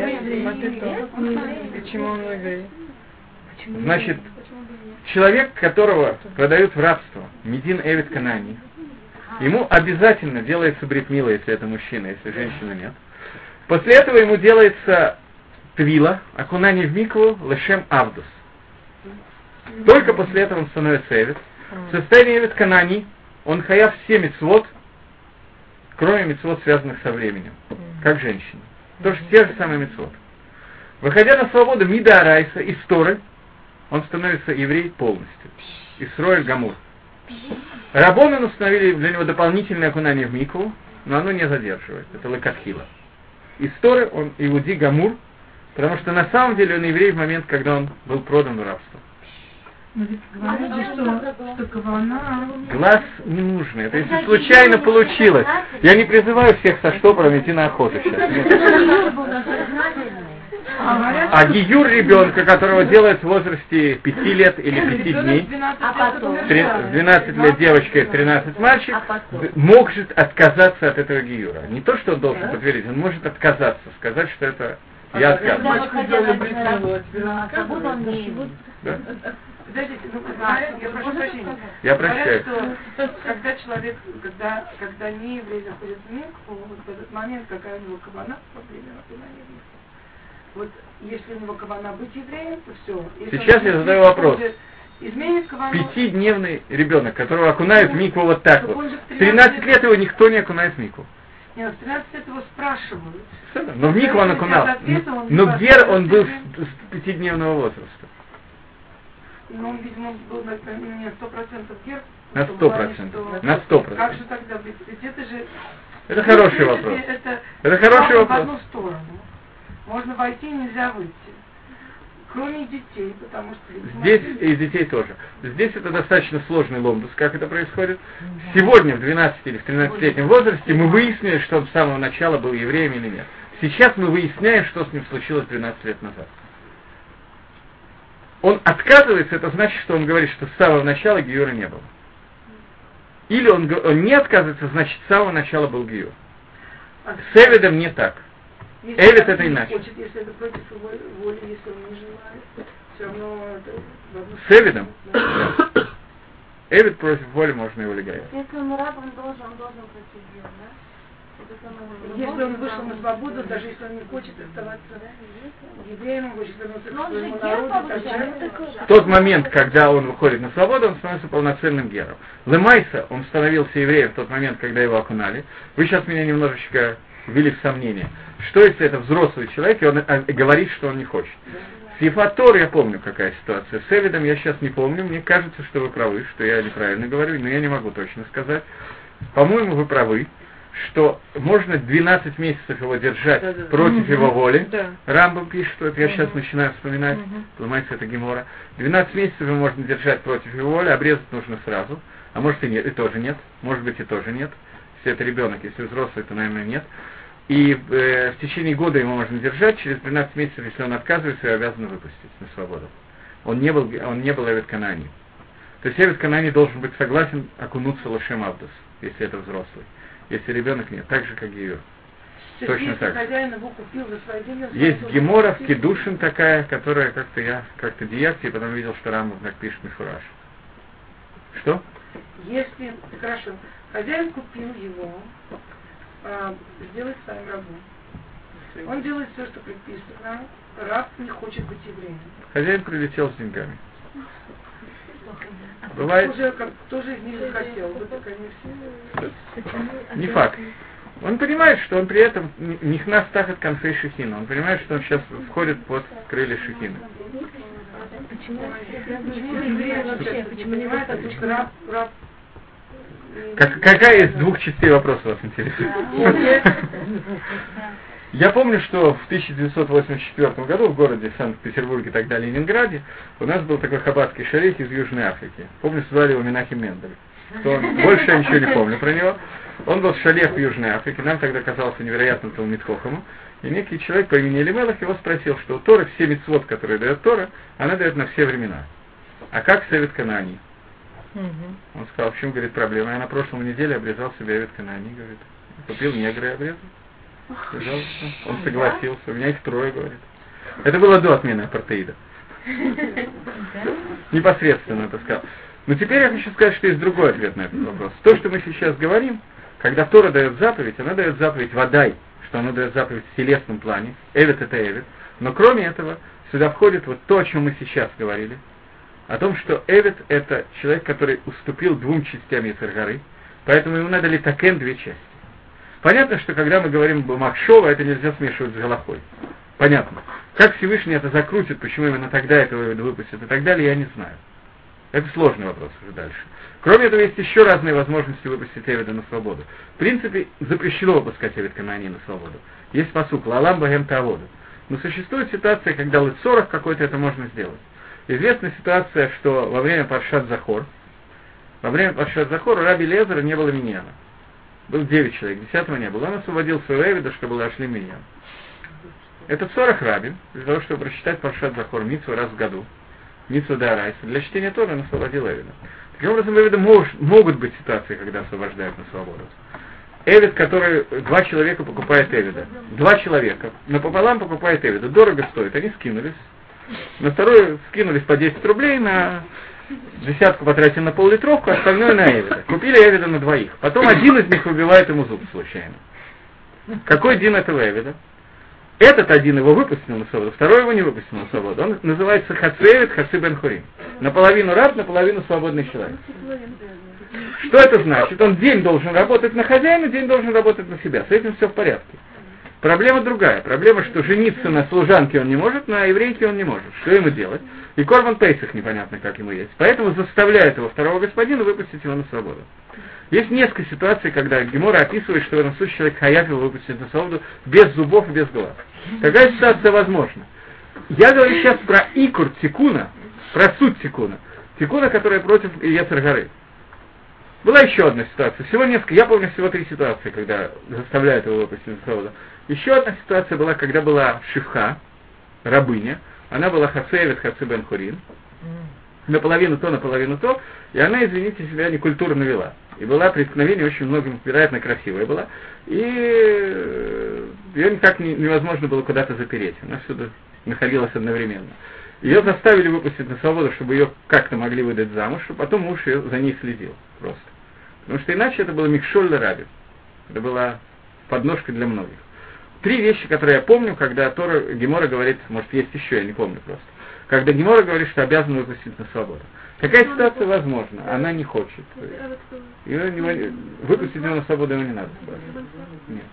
S3: Почему он еврей?
S1: Значит, человек, которого продают в рабство, Медин Эвид Канаани, ему обязательно делается брит мила, если это мужчина, если женщины нет. После этого ему делается твила, окунание в микву, лешем авдус. Только после этого он становится эвид. В состоянии эвид Канаани он хаяв все мицвот, кроме мицвот, связанных со временем, как женщина. Тоже те же самые мицвот. Выходя на свободу мида арайса из Торы, он становится еврей полностью. Исроэль Гамур. Раббанан установили для него дополнительное окунание в микву, но оно не задерживает. Это лекатхила. Из Торы он иуди Гамур, потому что на самом деле он еврей в момент, когда он был продан в рабство.
S3: Но ведь говорили, что, что кавана...
S1: Глаз не нужно. Это если случайно получилось. Я не призываю всех со штопором идти на охоту сейчас. А гиюр ребенка, которого делают в возрасте пяти лет или пяти дней, в двенадцать лет девочка и в тринадцать мальчик, может отказаться от этого гиюра. Не то, что он должен подтвердить, он может отказаться, сказать, что это Я
S5: Когда
S1: отказываюсь.
S5: выходя на, на свободу, он не имеет.
S1: Да?
S3: Подождите, ну, говорят, я прошу прощения.
S1: Я
S3: Говорят,
S1: прощаю.
S3: что когда человек, когда, когда не еврей заходит в мир, вот в этот момент, какая у него кавана во время окунания в мир. Вот если у него кавана быть евреем, то все. Если
S1: Сейчас
S3: он
S1: я
S3: не
S1: задаю
S3: еврей,
S1: вопрос.
S3: он же изменит кавану.
S1: Пятидневный ребенок, которого окунают в микву вот так
S3: Так
S1: вот.
S3: он же в
S1: В
S3: тринадцать
S1: тринадцать лет его никто не окунает в микву.
S3: Нет, в тринадцать лет его спрашивают.
S1: Но в микву он окунал. Но гер он был с пятидневного возраста.
S3: Ну, он, видимо, был на не сто процентов гер.
S1: На сто процентов. На сто процентов.
S3: Как же тогда быть? Ведь это же...
S1: Это
S3: ну,
S1: хороший
S3: в принципе,
S1: вопрос.
S3: Это,
S1: это хороший
S3: в
S1: вопрос.
S3: одну сторону. Можно войти, нельзя выйти. Кроме детей, потому что...
S1: Здесь и детей тоже. Здесь это достаточно сложный ломдус, как это происходит. Сегодня в двенадцати или в тринадцатилетнем возрасте мы выяснили, что он с самого начала был евреем или нет. Сейчас мы выясняем, что с ним случилось двенадцать лет назад. Он отказывается, это значит, что он говорит, что с самого начала гиюра не было. Или он, он не отказывается, значит, с самого начала был гиюр. С Эвидом не так.
S3: Если
S1: Эвид
S3: он
S1: это
S3: не
S1: иначе.
S3: Хочет, если это против его воли, если он не желает, все равно это...
S1: С Эвидом? Да. Эвид против воли, можно его легально.
S2: Если он раб, он должен, он должен пройти гиюр, да?
S3: Если он вышел на свободу, даже если он не хочет оставаться евреем, он хочет вернуться к своему народу, тогда...
S1: В тот момент, когда он выходит на свободу, он становится полноценным гером. Лемайса, он становился евреем в тот момент, когда его окунали. Вы сейчас меня немножечко ввели в сомнение. Что если это взрослый человек, и он говорит, что он не хочет? С Ефатор я помню, какая ситуация. С Эвидом я сейчас не помню. Мне кажется, что вы правы, что я неправильно говорю, но я не могу точно сказать. По-моему, вы правы, что можно двенадцать месяцев его держать да, да. против mm-hmm. его воли. Да. Рамбам пишет, что это я mm-hmm. сейчас начинаю вспоминать, понимаете, это Гемора. двенадцать месяцев его можно держать против его воли, обрезать нужно сразу. А может и нет, и тоже нет. Может быть и тоже нет. Если это ребенок, если взрослый, то, наверное, нет. И э, в течение года его можно держать, через двенадцать месяцев, если он отказывается, его обязаны выпустить на свободу. Он не был, он не был Эвид Канани. То есть Эвид Канани должен быть согласен окунуться Лошем Авдус, если это взрослый. Если ребенок нет, так же, как Гиюр. Точно так же. Есть Гемора в Кедушин такая, которая как-то я, как-то диакти, и потом видел, что Рамбам так пишет Мифураж. Что?
S3: Если, хорошо, хозяин купил его, а, сделать своим рабом. Он делает все, что предписано. Раб не хочет быть евреем.
S1: Хозяин прилетел с деньгами. Бывает...
S3: Уже, как, тоже из них захотел. Вы так они
S1: Не факт. Он понимает, что он при этом нихнас тахат конфей шехина. Он понимает, что он сейчас входит под крылья шехины.
S3: Почему? Почему не понимает, что раб, раб
S1: Как, какая из двух частей вопроса вас интересует? Я помню, что в тысяча девятьсот восемьдесят четвёртом году в городе Санкт-Петербурге, тогда Ленинграде, у нас был такой хаббатский шалих из Южной Африки. Помню, звали его Менахем Мендель. Он, больше я ничего не помню про него. Он был шалех в Южной Африке, нам тогда казался невероятным Талмид Хохамом. И некий человек по имени Элимелах его спросил, что у Торы все мицвот, которые дает Тора, она дает на все времена. А как с Эвид Канани? Mm-hmm. Он сказал, в чем, говорит, проблема? Я на прошлой неделе обрезал себе Эвид Канани, говорит. Купил негра и обрезал. Пожалуйста. Он согласился. У меня их трое, говорит. Это было до отмены апартеида. Непосредственно это сказал. Но теперь я хочу сказать, что есть другой ответ на этот вопрос. То, что мы сейчас говорим, когда Тора дает заповедь, она дает заповедь водай, что она дает заповедь в телесном плане. Эвид это Эвид. Но кроме этого, сюда входит вот то, о чем мы сейчас говорили. О том, что Эвид это человек, который уступил двум частям Ецер-Гары, поэтому ему надо литакен две части. Понятно, что когда мы говорим Махшова, это нельзя смешивать с Галахой. Понятно. Как Всевышний это закрутит, почему именно тогда этого Эвида выпустят и так далее, я не знаю. Это сложный вопрос уже дальше. Кроме этого, есть еще разные возможности выпустить Эвида на свободу. В принципе, запрещено выпускать Эвид Канани на свободу. Есть посук «Лалам багем тааводу». Но существует ситуация, когда в Лыцорах какой-то это можно сделать. Известна ситуация, что во время Паршат Захор, во время Паршат Захор у Раби Лезера не было миньяна. Был девять человек, десятого не было. Он освободил своего Эвида, чтобы нашли миньян. Это сорок рабин, для того, чтобы прочитать Паршат Захор, мицву раз в году. Мицву Д'Орайса. Для чтения Торы он освободил Эвида. Таким образом, Эвида мож, могут быть ситуации, когда освобождают на свободу. Эвид, который два человека покупает Эвида. Два человека напополам покупает Эвида. Дорого стоит. Они скинулись. На второй скинулись по десять рублей, на десятку потратили на пол-литровку, остальное на Эвида. Купили Эвида на двоих. Потом один из них выбивает ему зуб случайно. Какой дин этого Эвида? Этот один его выпустил на свободу, второй его не выпустил на свободу. Он называется Хацевит Хаци бен Хурим. Наполовину раб, наполовину свободный человек. Что это значит? Он день должен работать на хозяина, день должен работать на себя. С этим все в порядке. Проблема другая. Проблема, что жениться на служанке он не может, на еврейке он не может. Что ему делать? И Корбан Пейсах непонятно, как ему есть. Поэтому заставляет его второго господина выпустить его на свободу. Есть несколько ситуаций, когда Гемора описывает, что в этом случае человек хаяв его выпустить на свободу без зубов и без глаз. Такая ситуация возможна. Я говорю сейчас про икур тикуна, про суть тикуна. Тикуна, которая против Йецер горы. Была еще одна ситуация. Всего несколько, я помню всего три ситуации, когда заставляют его выпустить на свободу. Еще одна ситуация была, когда была шифха, рабыня. Она была Хацевит Хаци бен Хурин. Наполовину то, наполовину то. И она, извините, себя некультурно вела. И была при столкновении очень многим, вероятно, красивая была. И ее никак не, невозможно было куда-то запереть. Она всюду находилась одновременно. Ее заставили выпустить на свободу, чтобы ее как-то могли выдать замуж, а потом муж ее за ней следил просто. Потому что иначе это было микшоль раби. Это была подножка для многих. Три вещи, которые я помню, когда Тора, Гемора говорит, может есть еще, я не помню просто. Когда Гемора говорит, что обязан выпустить на свободу. Какая ситуация возможна? Она не хочет. Ее не, выпустить его на свободу его не надо спрашивать. Нет.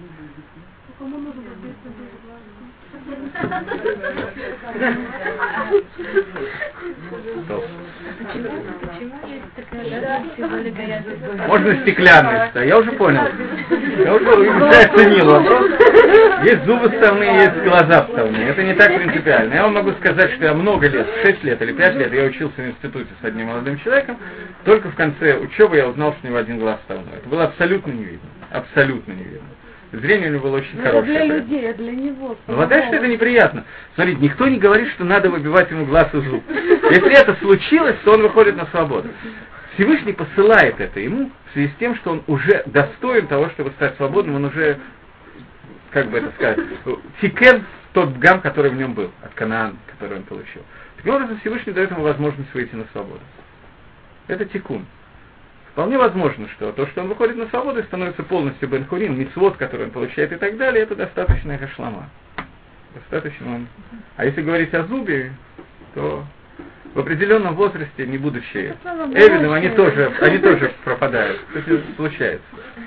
S1: Можно стеклянный, да, я уже понял. Я уже, уже оценил вопрос. Есть зубы вставные, есть глаза вставные. Это не так принципиально. Я вам могу сказать, что я много лет, шесть лет или пять лет, я учился в институте с одним молодым человеком. Только в конце учебы я узнал, что у него один глаз вставной. Это было абсолютно не видно. Абсолютно не видно. Зрение у него было очень
S2: Но
S1: хорошее.
S2: Это для людей, а для него.
S1: Ну, вода, что это неприятно. Смотрите, никто не говорит, что надо выбивать ему глаз и зуб. Если это случилось, то он выходит на свободу. Всевышний посылает это ему в связи с тем, что он уже достоин того, чтобы стать свободным, он уже, как бы это сказать, тикен тот бгам, который в нем был, от Канаана, который он получил. Таким образом, Всевышний дает ему возможность выйти на свободу. Это тикун. Вполне возможно, что то, что он выходит на свободу и становится полностью бен хурин, мицвот, который он получает и так далее, это достаточная хашлама. Достаточно он. А если говорить о зубе, то в определенном возрасте, не будучи Эвидом, они тоже, они тоже пропадают. Это случается.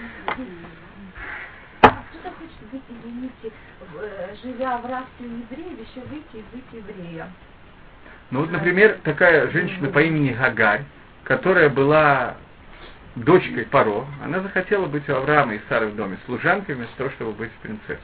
S5: Что хочет быть, извините, живя в рабстве евреев, еще выйти из быть еврея?
S1: Ну вот, например, такая женщина по имени Гагарь, которая была дочкой Паро, она захотела быть у Авраама и Сары в доме служанкой, вместо того, чтобы быть принцессой.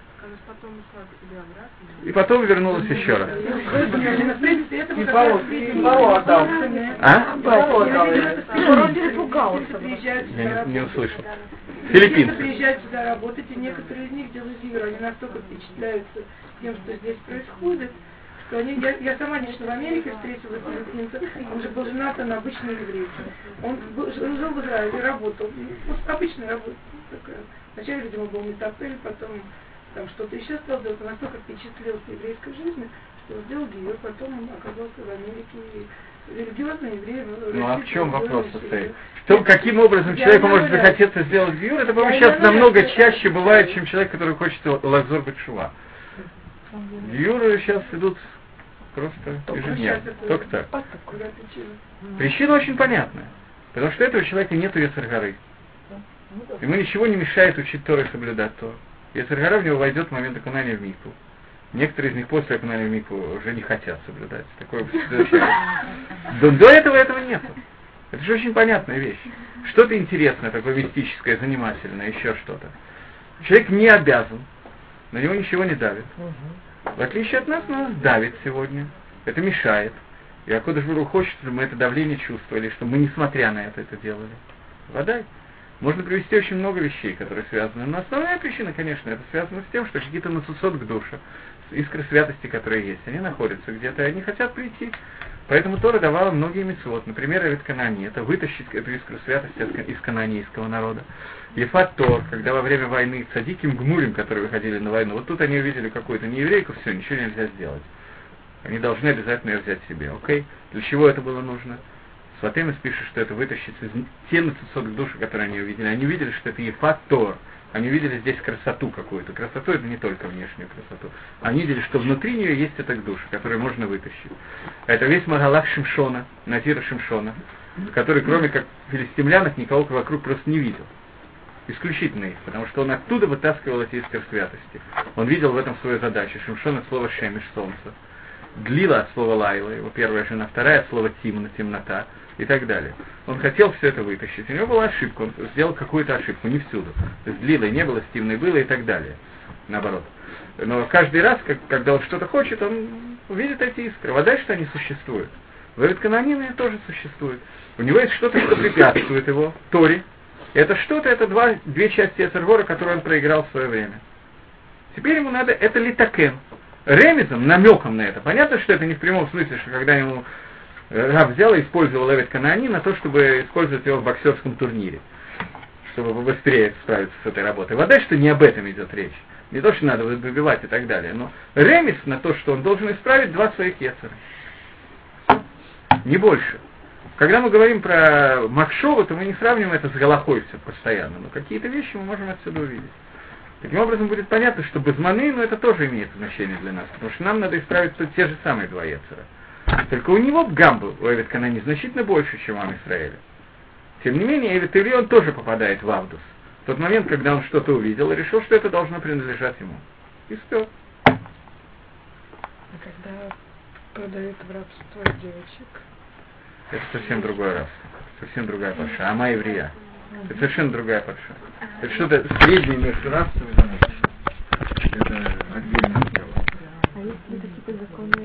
S1: И потом вернулась еще раз.
S3: И Паро, и Паро отдал.
S1: А?
S3: Паро отдал.
S5: Паро перепугался.
S1: Я не, не услышал. Филиппинцы.
S3: Приезжают сюда работать, и некоторые из них делают зивер. Они настолько впечатляются тем, что здесь происходит, что они, я, я сама лично в Америке встретила филиппинца, он же был женат на обычной еврейке. Он, был, он жил в Израиле, работал. Вот обычная работа такая. Вначале, видимо, был метапель, потом там что-то еще стал делать. Он настолько впечатлился еврейской жизнью, что сделал гиюр, потом он оказался в Америке. И религиозный еврей.
S1: Ну а в чем вопрос состоит? В том, каким образом человеку может захотеться сделать гиюр, это, по-моему, сейчас намного чаще бывает, чем человек, который хочет лазор бетшува. Гиюры сейчас идут просто ежедневно. Только так. Причина очень понятная. Потому что этого человека нету Йецер горы. Ему ничего не мешает учить Тору и соблюдать Тору. Йецер гора в него войдет в момент окунания в микву. Некоторые из них после окунания в микву уже не хотят соблюдать. Такое до, до этого этого нету. Это же очень понятная вещь. Что-то интересное, такое мистическое, занимательное, еще что-то. Человек не обязан, на него ничего не давит. В отличие от нас, нас давит сегодня. Это мешает. И Акодыш Барух хочет, чтобы мы это давление чувствовали, чтобы мы, несмотря на это, это делали. Вода. Можно привести очень много вещей, которые связаны. Но основная причина, конечно, это связано с тем, что какие-то насусот к душе, искры святости, которые есть, они находятся где-то, и они хотят прийти Поэтому Тора давала многие мицвот. Например, Эвет Канани, это вытащить эту искру святости из кананейского народа. Ефат Тор, когда во время войны цадиким гмурим, которые выходили на войну, вот тут они увидели какую-то нееврейку, все, ничего нельзя сделать. Они должны обязательно ее взять себе, окей? Для чего это было нужно? Сватемис пишет, что это вытащить из те нацисот души, которые они увидели. Они увидели, что это Ефат Тор. Они увидели здесь красоту какую-то. Красоту это не только внешнюю красоту. Они видели, что внутри нее есть эта душа, которую можно вытащить. Это весь Магалах Шимшона, Назира Шимшона, который кроме как филистимлянок никого вокруг просто не видел. Исключительно их, потому что он оттуда вытаскивал эти искры святости. Он видел в этом свою задачу. Шимшон от слова шемиш, солнце. Длила от слова лайла, его первая жена, вторая от слова тимна, темнота и так далее. Он хотел все это вытащить. У него была ошибка, он сделал какую-то ошибку, не всюду. То есть длилой не было, с тимной было и так далее. Наоборот. Но каждый раз, как, когда он что-то хочет, он увидит эти искры. Вода, что они существуют. В Эвет Канани тоже существует. У него есть что-то, что препятствует его, Торе. Это что-то, это два, две части Эцергора, которые он проиграл в свое время. Теперь ему надо, это литакен. Ремезом, намеком на это. Понятно, что это не в прямом смысле, что когда ему Рав взял и использовал Эвет Канани на то, чтобы использовать его в боксерском турнире, чтобы побыстрее справиться с этой работой. Вода, что не об этом идет речь. Не то, что надо выбивать и так далее, но ремес на то, что он должен исправить два своих ецера. Не больше. Когда мы говорим про Махшову, то мы не сравниваем это с Галахой все постоянно, но какие-то вещи мы можем отсюда увидеть. Таким образом будет понятно, что безманы, но это тоже имеет значение для нас, потому что нам надо исправить тут те же самые два ецера. Только у него гамбы, у Эвет Канани, значительно больше, чем у Ам Исраэля. Тем не менее, Эвет Ильон он тоже попадает в Авдус. В тот момент, когда он что-то увидел, и решил, что это должно принадлежать ему. И все.
S3: А когда продают в рабство девочек?
S1: Это совсем другое рабство. Совсем другая парша. Ама еврея. Это совершенно другая парша. Это что-то среднее между рабством и занятием. Это отдельный разговор.
S5: А есть ли какие-то законы